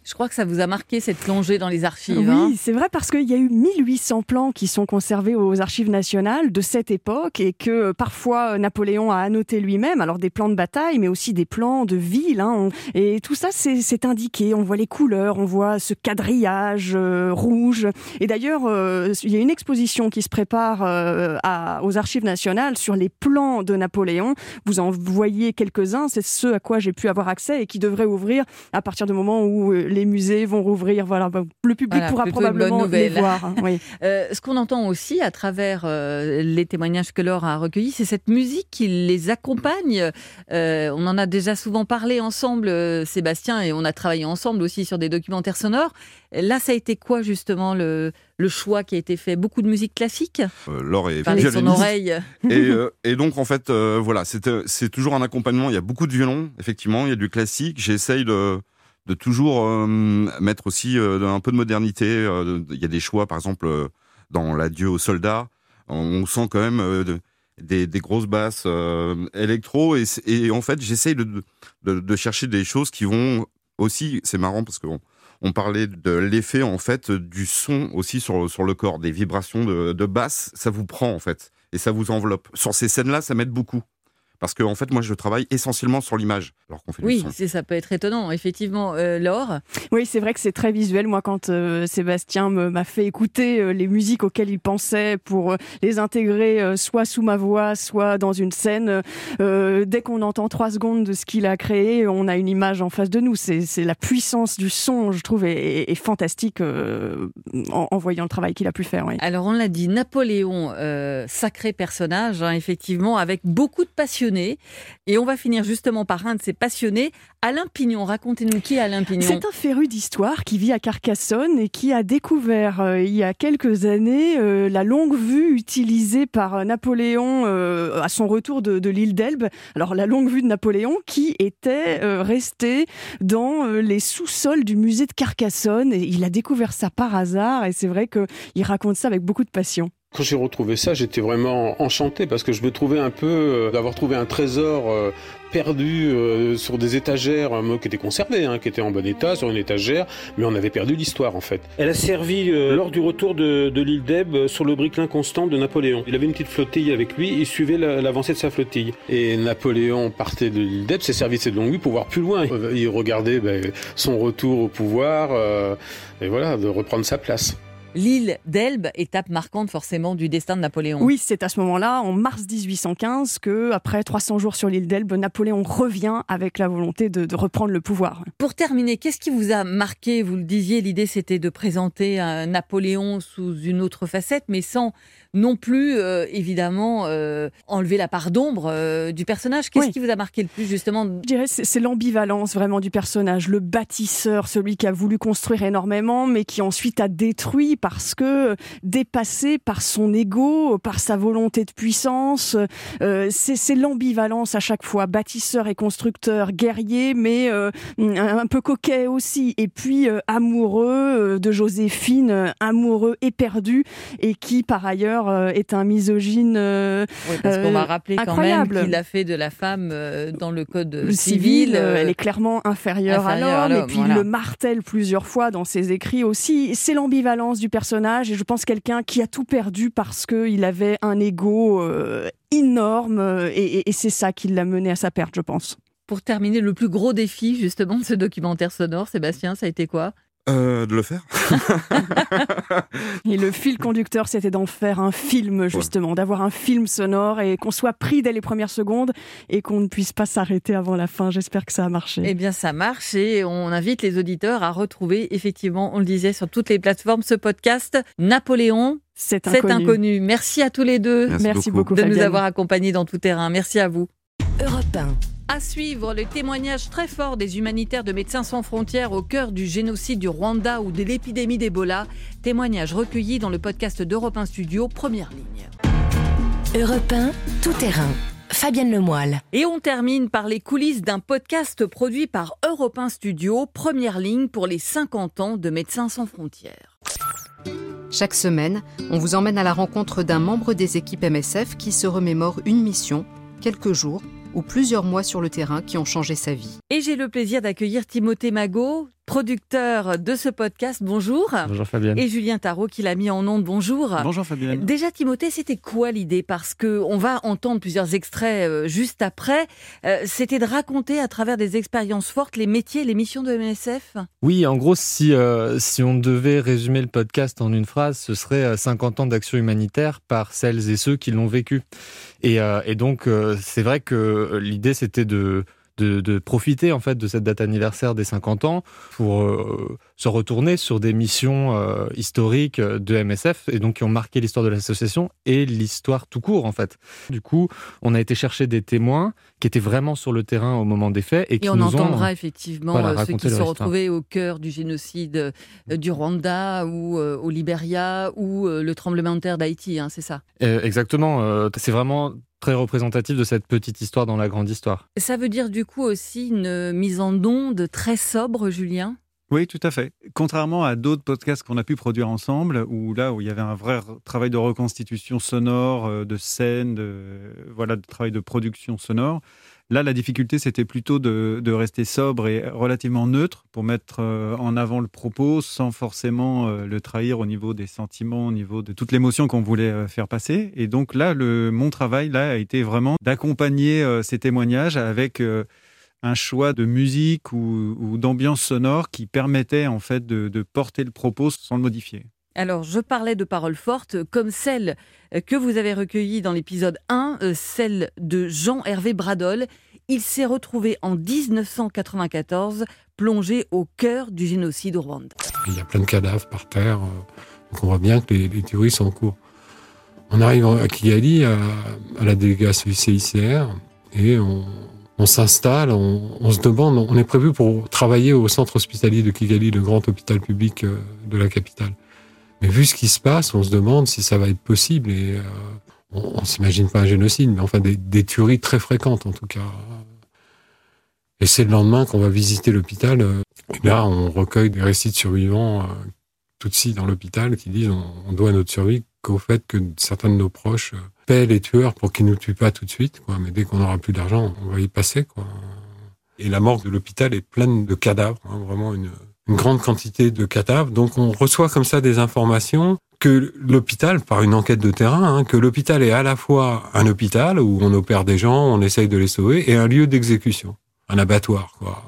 Je crois que ça vous a marqué cette plongée dans les archives. Oui, hein. c'est vrai parce qu'il y a eu mille huit cents plans qui sont conservés aux archives nationales de cette époque et que parfois Napoléon a annoté lui-même. Alors des plans de bataille, mais aussi des plans de ville. Hein. On... Et tout ça, c'est, c'est indiqué. On voit les couleurs, on voit ce quadrillage euh, rouge. Et d'ailleurs, euh, il y a une exposition qui se prépare euh, à, aux archives nationales sur les plans de Napoléon. Vous en voyez quelques-uns. C'est ceux à quoi j'ai pu avoir accès et qui devraient ouvrir à partir du moment où euh, les musées vont rouvrir. Voilà, le public voilà, pourra probablement les voir. Hein, oui. euh, ce qu'on entend aussi à travers euh, les témoignages que Laure a recueillis, c'est cette musique qui les accompagne. Euh, on en a déjà souvent parlé ensemble, euh, Sébastien, et on a travaillé ensemble aussi sur des documentaires sonores. Là, ça a été quoi justement le, le choix qui a été fait? Beaucoup de musique classique euh, Laure est Parler de son oreille. Et, euh, et donc, en fait, euh, voilà, c'est, c'est toujours un accompagnement. Il y a beaucoup de violon, effectivement, il y a du classique. J'essaye de... de toujours euh, mettre aussi euh, un peu de modernité. Euh, il y a des choix, par exemple, euh, dans l'Adieu aux soldats, on sent quand même euh, de, des, des grosses basses euh, électro, et, et en fait, j'essaye de, de, de chercher des choses qui vont aussi, c'est marrant parce qu'on on parlait de l'effet, en fait, du son aussi sur, sur le corps, des vibrations de, de basse, ça vous prend, en fait, et ça vous enveloppe. Sur ces scènes-là, ça m'aide beaucoup. Parce que en fait, moi, je travaille essentiellement sur l'image, alors qu'on fait oui, du son. Oui, ça peut être étonnant, effectivement. Euh, Laure? Oui, c'est vrai que c'est très visuel. Moi, quand euh, Sébastien me, m'a fait écouter euh, les musiques auxquelles il pensait pour euh, les intégrer euh, soit sous ma voix, soit dans une scène, euh, dès qu'on entend trois secondes de ce qu'il a créé, on a une image en face de nous. C'est, c'est la puissance du son, je trouve, est, est, est fantastique euh, en, en voyant le travail qu'il a pu faire. Oui. Alors, on l'a dit, Napoléon, euh, sacré personnage, hein, effectivement, avec beaucoup de passionnés. Et on va finir justement par un de ces passionnés, Alain Pignon. Racontez-nous qui est Alain Pignon. C'est un féru d'histoire qui vit à Carcassonne et qui a découvert euh, il y a quelques années euh, la longue vue utilisée par Napoléon euh, à son retour de, de l'île d'Elbe. Alors la longue vue de Napoléon qui était euh, restée dans euh, les sous-sols du musée de Carcassonne. Et il a découvert ça par hasard et c'est vrai qu'il raconte ça avec beaucoup de passion. Quand j'ai retrouvé ça, j'étais vraiment enchanté parce que je me trouvais un peu euh, d'avoir trouvé un trésor euh, perdu euh, sur des étagères, un mot qui était conservé, hein, qui était en bon état sur une étagère, mais on avait perdu l'histoire en fait. Elle a servi euh, lors du retour de, de l'île d'Elbe sur le Bricklin constant de Napoléon. Il avait une petite flottille avec lui, il suivait la, l'avancée de sa flottille. Et Napoléon partait de l'île d'Elbe, s'est servi de cette longue vue pour voir plus loin. Il regardait ben, son retour au pouvoir euh, et voilà, de reprendre sa place. L'île d'Elbe, étape marquante forcément du destin de Napoléon. Oui, c'est à ce moment-là, en mars dix-huit cent quinze, que après trois cents jours sur l'île d'Elbe, Napoléon revient avec la volonté de, de reprendre le pouvoir. Pour terminer, qu'est-ce qui vous a marqué? Vous le disiez, l'idée c'était de présenter un Napoléon sous une autre facette, mais sans non plus, euh, évidemment, euh, enlever la part d'ombre euh, du personnage. Qu'est-ce oui. qui vous a marqué le plus, justement? Je dirais c'est, c'est l'ambivalence vraiment du personnage, le bâtisseur, celui qui a voulu construire énormément, mais qui ensuite a détruit parce que dépassé par son ego, par sa volonté de puissance. Euh, c'est, c'est l'ambivalence à chaque fois, bâtisseur et constructeur, guerrier, mais euh, un peu coquet aussi, et puis euh, amoureux de Joséphine, amoureux éperdu, et qui par ailleurs est un misogyne euh, oui, parce qu'on va rappeler incroyable. Quand même qu'il a fait de la femme euh, dans le code le civil. civil euh, elle est clairement inférieure, inférieure à, l'homme, à l'homme, et puis voilà. Il le martèle plusieurs fois dans ses écrits aussi. C'est l'ambivalence du personnage, et je pense quelqu'un qui a tout perdu parce qu'il avait un ego euh, énorme, et, et, et c'est ça qui l'a mené à sa perte, je pense. Pour terminer, le plus gros défi justement de ce documentaire sonore, Sébastien, ça a été quoi ? Euh, de le faire. Et le fil conducteur, c'était d'en faire un film, justement, ouais. D'avoir un film sonore et qu'on soit pris dès les premières secondes et qu'on ne puisse pas s'arrêter avant la fin. J'espère que ça a marché. Eh bien, ça marche et on invite les auditeurs à retrouver, effectivement, on le disait, sur toutes les plateformes, ce podcast Napoléon. C'est inconnu. C'est inconnu. Merci à tous les deux. Merci, Merci beaucoup, beaucoup de Fabienne. nous avoir accompagnés dans Tout Terrain. Merci à vous. Europe un. À suivre, le témoignage très fort des humanitaires de Médecins sans frontières au cœur du génocide du Rwanda ou de l'épidémie d'Ebola. Témoignage recueilli dans le podcast d'Europe un Studio, Première Ligne. Europe un, Tout Terrain. Fabienne Lemoyle. Et on termine par les coulisses d'un podcast produit par Europe un Studio, Première Ligne pour les cinquante ans de Médecins sans frontières. Chaque semaine, on vous emmène à la rencontre d'un membre des équipes M S F qui se remémore une mission, quelques jours ou plusieurs mois sur le terrain qui ont changé sa vie. Et j'ai le plaisir d'accueillir Timothée Magot. producteur de ce podcast. Bonjour. Bonjour Fabienne. Et Julien Tarot qui l'a mis en onde. Bonjour. Bonjour Fabienne. Déjà Timothée, c'était quoi l'idée? Parce qu'on va entendre plusieurs extraits euh, juste après. Euh, c'était de raconter à travers des expériences fortes les métiers et les missions de M S F. Oui, en gros, si, euh, si on devait résumer le podcast en une phrase, ce serait cinquante ans d'action humanitaire par celles et ceux qui l'ont vécu. Et, euh, et donc, euh, c'est vrai que l'idée, c'était de... De, de profiter en fait de cette date anniversaire des cinquante ans pour euh, se retourner sur des missions euh, historiques de M S F et donc qui ont marqué l'histoire de l'association et l'histoire tout court en fait. Du coup, on a été chercher des témoins qui étaient vraiment sur le terrain au moment des faits et, et qui on nous entendra ont, effectivement voilà, euh, ceux qui se sont histoire. retrouvés au cœur du génocide euh, du Rwanda ou euh, au Libéria ou euh, le tremblement de terre d'Haïti, hein, c'est ça. Euh, exactement, euh, c'est vraiment très représentatif de cette petite histoire dans la grande histoire. Ça veut dire du coup aussi une mise en onde très sobre, Julien ? Oui, tout à fait. Contrairement à d'autres podcasts qu'on a pu produire ensemble, où là, où il y avait un vrai travail de reconstitution sonore, de scène, de, voilà, de travail de production sonore, là, la difficulté, c'était plutôt de, de rester sobre et relativement neutre pour mettre en avant le propos sans forcément le trahir au niveau des sentiments, au niveau de toute l'émotion qu'on voulait faire passer. Et donc là, le, mon travail là, a été vraiment d'accompagner ces témoignages avec un choix de musique ou, ou d'ambiance sonore qui permettait en fait de, de porter le propos sans le modifier. Alors, je parlais de paroles fortes, comme celle que vous avez recueillie dans l'épisode un, celle de Jean-Hervé Bradol. Il s'est retrouvé en dix-neuf cent quatre-vingt-quatorze, plongé au cœur du génocide au Rwanda. Il y a plein de cadavres par terre, donc on voit bien que les, les théories sont en cours. On arrive à Kigali, à, à la délégation du C I C R, et on... On s'installe, on, on se demande, on est prévu pour travailler au centre hospitalier de Kigali, le grand hôpital public de la capitale. Mais vu ce qui se passe, on se demande si ça va être possible. Et euh, on, on s'imagine pas un génocide, mais enfin des, des tueries très fréquentes en tout cas. Et c'est le lendemain qu'on va visiter l'hôpital. Et là, on recueille des récits de survivants euh, Tutsis dans l'hôpital qui disent on, on doit notre survie qu'au fait que certains de nos proches euh, paient les tueurs pour qu'ils ne nous tuent pas tout de suite, quoi. Mais dès qu'on n'aura plus d'argent, on va y passer, quoi. Et la morgue de l'hôpital est pleine de cadavres, hein, vraiment une, une grande quantité de cadavres. Donc on reçoit comme ça des informations que l'hôpital, par une enquête de terrain, hein, que l'hôpital est à la fois un hôpital où on opère des gens, on essaye de les sauver, et un lieu d'exécution, un abattoir, quoi.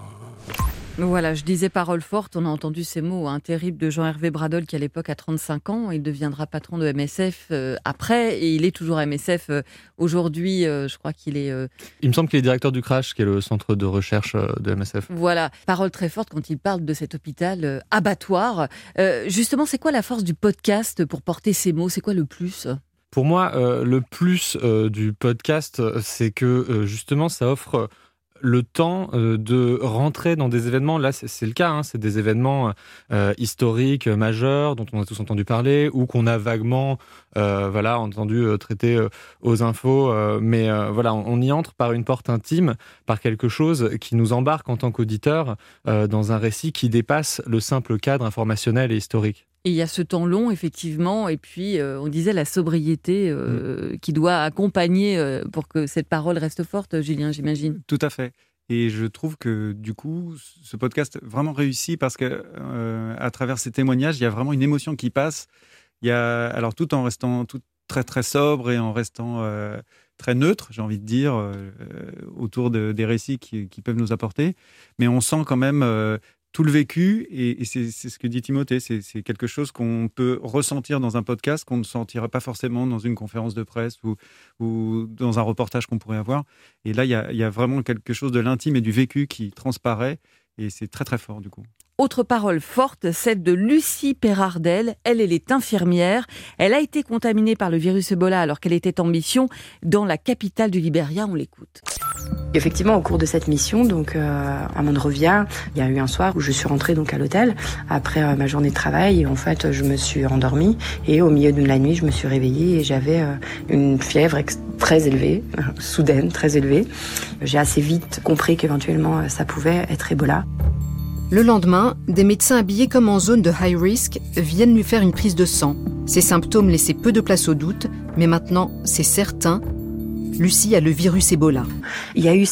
Voilà, je disais paroles fortes, on a entendu ces mots hein, terribles de Jean-Hervé Bradol qui à l'époque a trente-cinq ans, il deviendra patron de M S F euh, après et il est toujours à M S F euh, aujourd'hui, euh, je crois qu'il est... Euh... Il me semble qu'il est directeur du CRASH, qui est le centre de recherche de M S F. Voilà, paroles très fortes quand il parle de cet hôpital euh, abattoir. Euh, justement, c'est quoi la force du podcast pour porter ces mots? C'est quoi le plus ? Pour moi, euh, le plus euh, du podcast, c'est que euh, justement ça offre... le temps euh, de rentrer dans des événements, là c'est, c'est le cas, hein, c'est des événements euh, historiques, majeurs, dont on a tous entendu parler, ou qu'on a vaguement euh, voilà, entendu euh, traiter euh, aux infos, euh, mais euh, voilà, on, on y entre par une porte intime, par quelque chose qui nous embarque en tant qu'auditeurs euh, dans un récit qui dépasse le simple cadre informationnel et historique. Et il y a ce temps long, effectivement, et puis euh, on disait la sobriété euh, mmh. qui doit accompagner euh, pour que cette parole reste forte, Julien, j'imagine. Tout à fait. Et je trouve que du coup, ce podcast vraiment réussit parce que euh, à travers ces témoignages, il y a vraiment une émotion qui passe. Il y a, alors tout en restant tout très très sobre et en restant euh, très neutre, j'ai envie de dire, euh, autour de, des récits qui, qui peuvent nous apporter. Mais on sent quand même euh, tout le vécu, et, et c'est, c'est ce que dit Timothée, c'est, c'est quelque chose qu'on peut ressentir dans un podcast, qu'on ne sentirait pas forcément dans une conférence de presse ou, ou dans un reportage qu'on pourrait avoir. Et là, il y a, y a vraiment quelque chose de l'intime et du vécu qui transparaît, et c'est très très fort du coup. Autre parole forte, celle de Lucie Perardel. Elle, elle est infirmière. Elle a été contaminée par le virus Ebola alors qu'elle était en mission dans la capitale du Libéria. On l'écoute. Effectivement, au cours de cette mission, donc euh, à Monrovia, il y a eu un soir où je suis rentrée donc à l'hôtel après euh, ma journée de travail. Et en fait, je me suis endormie et au milieu de la nuit, je me suis réveillée et j'avais euh, une fièvre ex- très élevée, euh, soudaine, très élevée. J'ai assez vite compris qu'éventuellement, euh, ça pouvait être Ebola. Le lendemain, des médecins habillés comme en zone de high risk viennent lui faire une prise de sang. Ces symptômes laissaient peu de place au doute, mais maintenant, c'est certain, Lucie a le virus Ebola. Il y a eu cette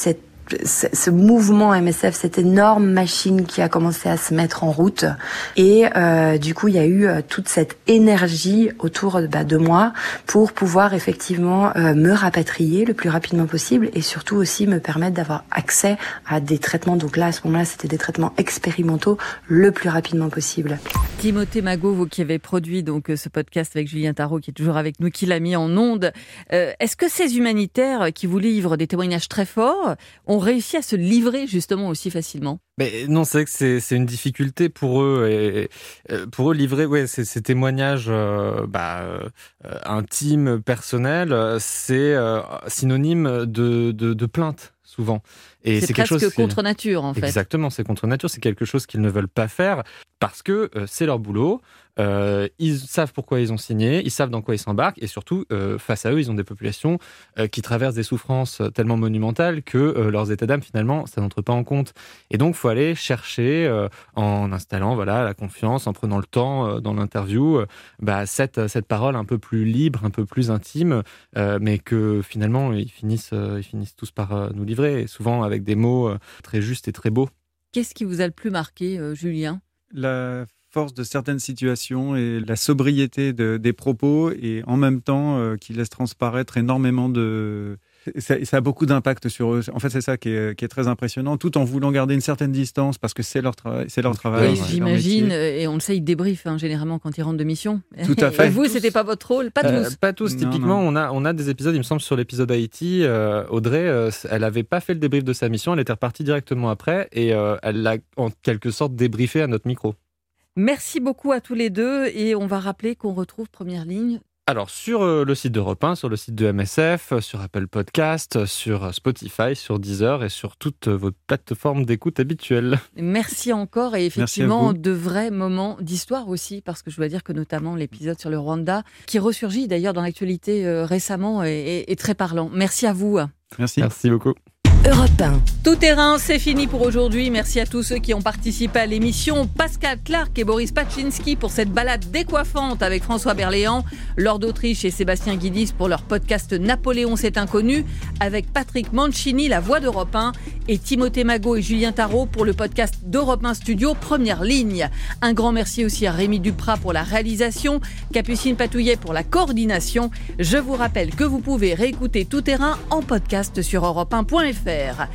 ce mouvement M S F, cette énorme machine qui a commencé à se mettre en route. Et euh, du coup, il y a eu euh, toute cette énergie autour bah, de moi pour pouvoir effectivement euh, me rapatrier le plus rapidement possible et surtout aussi me permettre d'avoir accès à des traitements. Donc là, à ce moment-là, c'était des traitements expérimentaux le plus rapidement possible. Timothée Magot, vous qui avez produit donc ce podcast avec Julien Tarot, qui est toujours avec nous, qui l'a mis en ondes. Euh, est-ce que ces humanitaires qui vous livrent des témoignages très forts ont réussi à se livrer justement aussi facilement ? Mais non, c'est vrai que c'est, c'est une difficulté pour eux. Et, et pour eux, livrer ouais, ces, ces témoignages euh, bah, euh, intimes, personnels, c'est euh, synonyme de, de, de plainte, souvent. Et c'est, c'est presque quelque chose, contre c'est... nature, en fait. Exactement, c'est contre nature. C'est quelque chose qu'ils ne veulent pas faire parce que euh, c'est leur boulot. Euh, ils savent pourquoi ils ont signé, ils savent dans quoi ils s'embarquent, et surtout, euh, face à eux, ils ont des populations euh, qui traversent des souffrances tellement monumentales que euh, leurs états d'âme, finalement, ça n'entre pas en compte. Et donc, il faut aller chercher, euh, en installant voilà, la confiance, en prenant le temps euh, dans l'interview, euh, bah, cette, cette parole un peu plus libre, un peu plus intime, euh, mais que finalement, ils finissent, euh, ils finissent tous par euh, nous livrer, et souvent avec des mots euh, très justes et très beaux. Qu'est-ce qui vous a le plus marqué, euh, Julien ? La force de certaines situations et la sobriété de, des propos, et en même temps euh, qui laisse transparaître énormément de... Ça, ça a beaucoup d'impact sur eux. En fait, c'est ça qui est, qui est très impressionnant, tout en voulant garder une certaine distance parce que c'est leur, tra- c'est leur travail. Oui, c'est j'imagine, leur métier. et on le sait, ils débriefent hein, généralement quand ils rentrent de mission. Tout à fait. Et vous, c'était pas votre rôle ? Pas tous euh, Pas tous. Non, Typiquement, non. On, a, on a des épisodes, il me semble, sur l'épisode Haïti. Euh, Audrey, euh, elle n'avait pas fait le débrief de sa mission, elle était repartie directement après, et euh, elle l'a en quelque sorte débriefé à notre micro. Merci beaucoup à tous les deux, et on va rappeler qu'on retrouve Première Ligne. Alors, sur euh, le site d'Europe un, sur le site de M S F, sur Apple Podcast, sur Spotify, sur Deezer et sur toutes vos plateformes d'écoute habituelles. Merci encore, et effectivement, de vrais moments d'histoire aussi, parce que je dois dire que notamment l'épisode sur le Rwanda, qui ressurgit d'ailleurs dans l'actualité euh, récemment, est, est très parlant. Merci à vous. Merci. Merci beaucoup. Europe un. Tout terrain, c'est fini pour aujourd'hui. Merci à tous ceux qui ont participé à l'émission. Pascal Clark et Boris Pachinski pour cette balade décoiffante avec François Berléand. Laure d'Autriche et Sébastien Guidis pour leur podcast Napoléon c'est inconnu. Avec Patrick Mancini, la voix d'Europe un. Et Timothée Magot et Julien Tarot pour le podcast d'Europe un Studio Première Ligne. Un grand merci aussi à Rémi Duprat pour la réalisation. Capucine Patouillet pour la coordination. Je vous rappelle que vous pouvez réécouter Tout terrain en podcast sur europe un point f r.